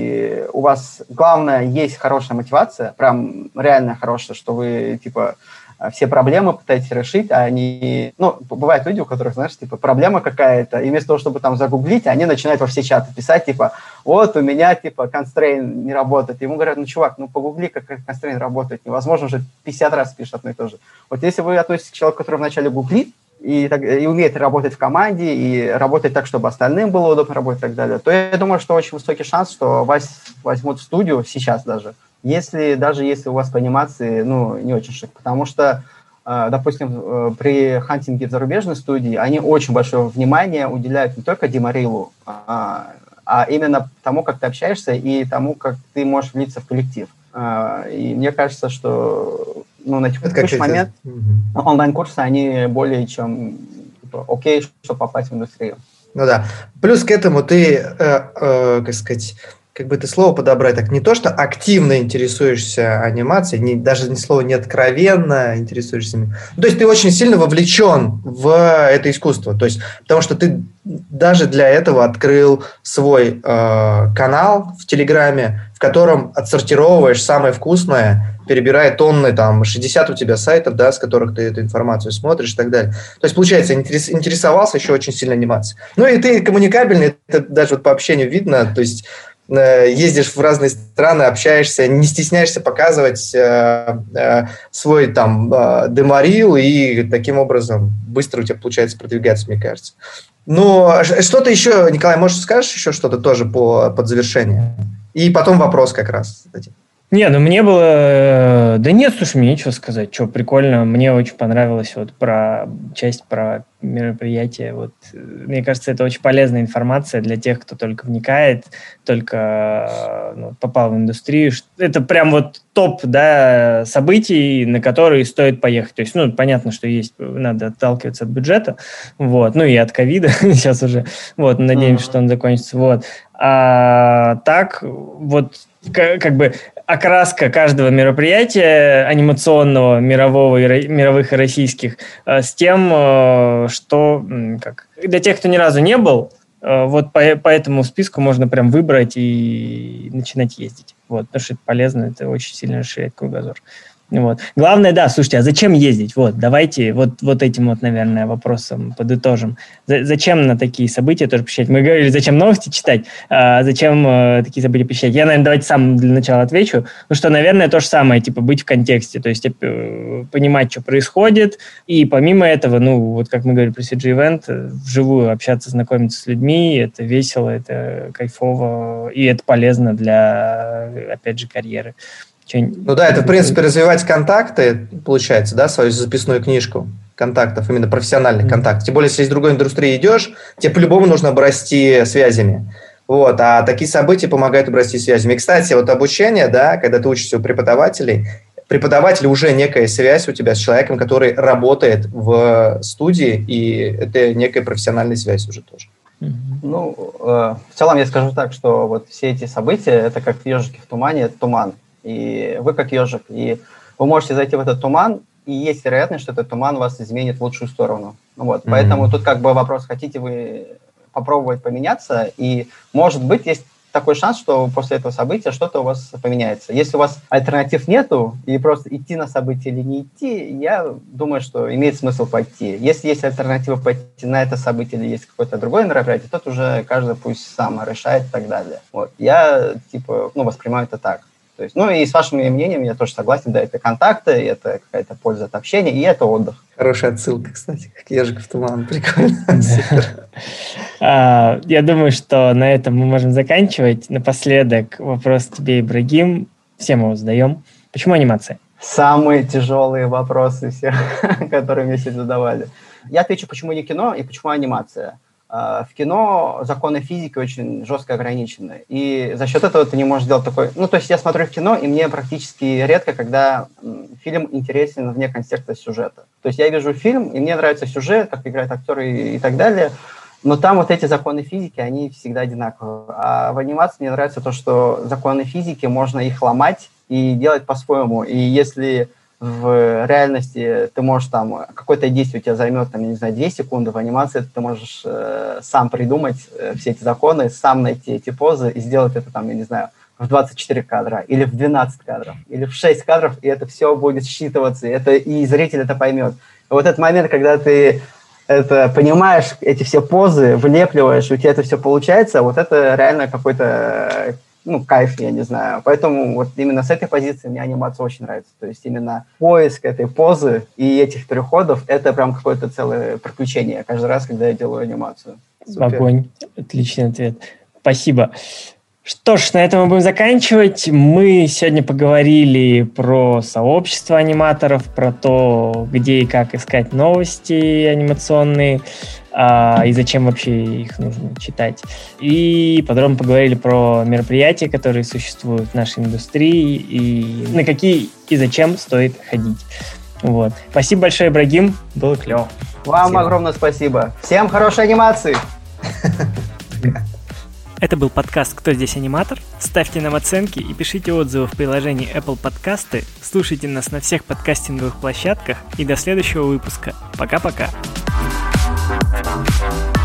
и у вас, главное, есть хорошая мотивация, прям реально хорошая, что вы, типа, все проблемы пытаетесь решить, а они... Ну, бывают люди, у которых, знаешь, типа, проблема какая-то, и вместо того, чтобы там загуглить, они начинают во все чаты писать, типа, вот, у меня, типа, constraint не работает. Ему говорят, ну, чувак, ну, погугли, как constraint работает. Невозможно же пятьдесят раз пишет одно и то же. Вот если вы относитесь к человеку, который вначале гуглит, и, так, и умеет работать в команде, и работать так, чтобы остальным было удобно работать и так далее, то я думаю, что очень высокий шанс, что вас возьмут в студию сейчас даже, если, даже если у вас по анимации, ну, не очень шик. Потому что, э, допустим, при хантинге в зарубежной студии они очень большое внимание уделяют не только деморилу, а, а именно тому, как ты общаешься, и тому, как ты можешь влиться в коллектив. Э, и мне кажется, что ну, на текущий момент угу. онлайн-курсы, они более чем типа, окей, чтобы попасть в индустрию. Ну да. Плюс к этому ты, э, э, как сказать... как бы это слово подобрать, так не то, что активно интересуешься анимацией, не, даже ни слова не откровенно интересуешься. Ну, то есть ты очень сильно вовлечен в это искусство. То есть, потому что ты даже для этого открыл свой э, канал в Телеграме, в котором отсортировываешь самое вкусное, перебирая тонны, там, шестьдесят у тебя сайтов, да, с которых ты эту информацию смотришь и так далее. То есть, получается, интерес, интересовался еще очень сильно анимацией. Ну и ты коммуникабельный, это даже вот по общению видно, то есть ездишь в разные страны, общаешься, не стесняешься показывать э, э, свой там э, деморил, и таким образом быстро у тебя получается продвигаться, мне кажется. Ну, что-то еще, Николай, может, скажешь еще что-то тоже по, под завершение? И потом вопрос как раз. Не, ну мне было... Да нет, слушай, мне нечего сказать. Что, прикольно. Мне очень понравилась вот про часть про мероприятие. Вот. Мне кажется, это очень полезная информация для тех, кто только вникает, только ну, попал в индустрию. Это прям вот топ, да, событий, на которые стоит поехать. То есть, ну, понятно, что есть, надо отталкиваться от бюджета, вот, ну и от ковида сейчас уже. Вот, надеемся, mm-hmm. что он закончится. Вот. А так, вот, как бы окраска каждого мероприятия анимационного, мирового, и, мировых и российских, с тем, что как, для тех, кто ни разу не был, вот по, по этому списку можно прям выбрать и начинать ездить. Вот, потому что это полезно, это очень сильно расширяет кругозор. Вот. Главное, да, слушайте, а зачем ездить? Вот, давайте вот, вот этим вот, наверное, вопросом подытожим. За, зачем на такие события тоже посещать? Мы говорили, зачем новости читать, а зачем э, такие события посещать? Я, наверное, давайте сам для начала отвечу. Ну что, наверное, то же самое, типа быть в контексте, то есть э, понимать, что происходит, и помимо этого, ну, вот как мы говорили про си джи-эвент, вживую общаться, знакомиться с людьми, это весело, это кайфово, и это полезно для, опять же, карьеры. Ну да, это, в принципе, развивать контакты, получается, да, свою записную книжку контактов, именно профессиональных mm-hmm. контактов. Тем более, если из другой индустрии идешь, тебе по-любому нужно обрасти связями. Вот, а такие события помогают обрасти связями. И, кстати, вот обучение, да, когда ты учишься у преподавателей, преподаватель уже некая связь у тебя с человеком, который работает в студии, и это некая профессиональная связь уже тоже. Mm-hmm. Ну, э, в целом я скажу так, что вот все эти события, это как ежики в тумане, это туман. И вы как ежик, и вы можете зайти в этот туман, и есть вероятность, что этот туман вас изменит в лучшую сторону. Вот, mm-hmm. Поэтому тут как бы вопрос, хотите вы попробовать поменяться, и может быть есть такой шанс, что после этого события что-то у вас поменяется. Если у вас альтернатив нету, и просто идти на событие или не идти, я думаю, что имеет смысл пойти. Если есть альтернатива пойти на это событие или есть какое-то другое мероприятие, то уже каждый пусть сам решает и так далее. Вот. Я типа, ну, воспринимаю это так. То есть, ну и с вашими мнениями я тоже согласен, да, это контакты, это какая-то польза от общения, и это отдых. Хорошая отсылка, кстати, как ежик в туман, прикольно. Я думаю, что на этом мы можем заканчивать. Напоследок вопрос тебе, Ибрагим, всем его задаем. Почему анимация? Самые тяжелые вопросы все, которые мне все задавали. Я отвечу, почему не кино и почему анимация. В кино законы физики очень жестко ограничены, и за счет этого ты не можешь сделать такой... Ну, то есть я смотрю в кино, и мне практически редко, когда фильм интересен вне контекста сюжета. То есть я вижу фильм, и мне нравится сюжет, как играют актеры и, и так далее, но там вот эти законы физики, они всегда одинаковые. А в анимации мне нравится то, что законы физики, можно их ломать и делать по-своему. И если... в реальности ты можешь там, какое-то действие у тебя займет, там, я не знаю, две секунды, в анимации ты можешь э, сам придумать э, все эти законы, сам найти эти позы и сделать это, там, я не знаю, в двадцать четыре кадра, или в двенадцать кадров, или в шесть кадров, и это все будет считываться, и, это, и зритель это поймет. И вот этот момент, когда ты это понимаешь, эти все позы, влепливаешь, у тебя это все получается, вот это реально какой-то... ну, кайф, я не знаю. Поэтому вот именно с этой позиции мне анимация очень нравится. То есть именно поиск этой позы и этих переходов, это прям какое-то целое приключение каждый раз, когда я делаю анимацию. Супер. Огонь. Отличный ответ. Спасибо. Что ж, на этом мы будем заканчивать. Мы сегодня поговорили про сообщество аниматоров, про то, где и как искать новости анимационные, а, и зачем вообще их нужно читать. И подробно поговорили про мероприятия, которые существуют в нашей индустрии, и на какие и зачем стоит ходить. Вот. Спасибо большое, Ибрагим. Было клево. Вам спасибо. Огромное спасибо. Всем хорошей анимации! Это был подкаст «Кто здесь аниматор?». Ставьте нам оценки и пишите отзывы в приложении Apple Подкасты. Слушайте нас на всех подкастинговых площадках. И до следующего выпуска. Пока-пока. Thank you.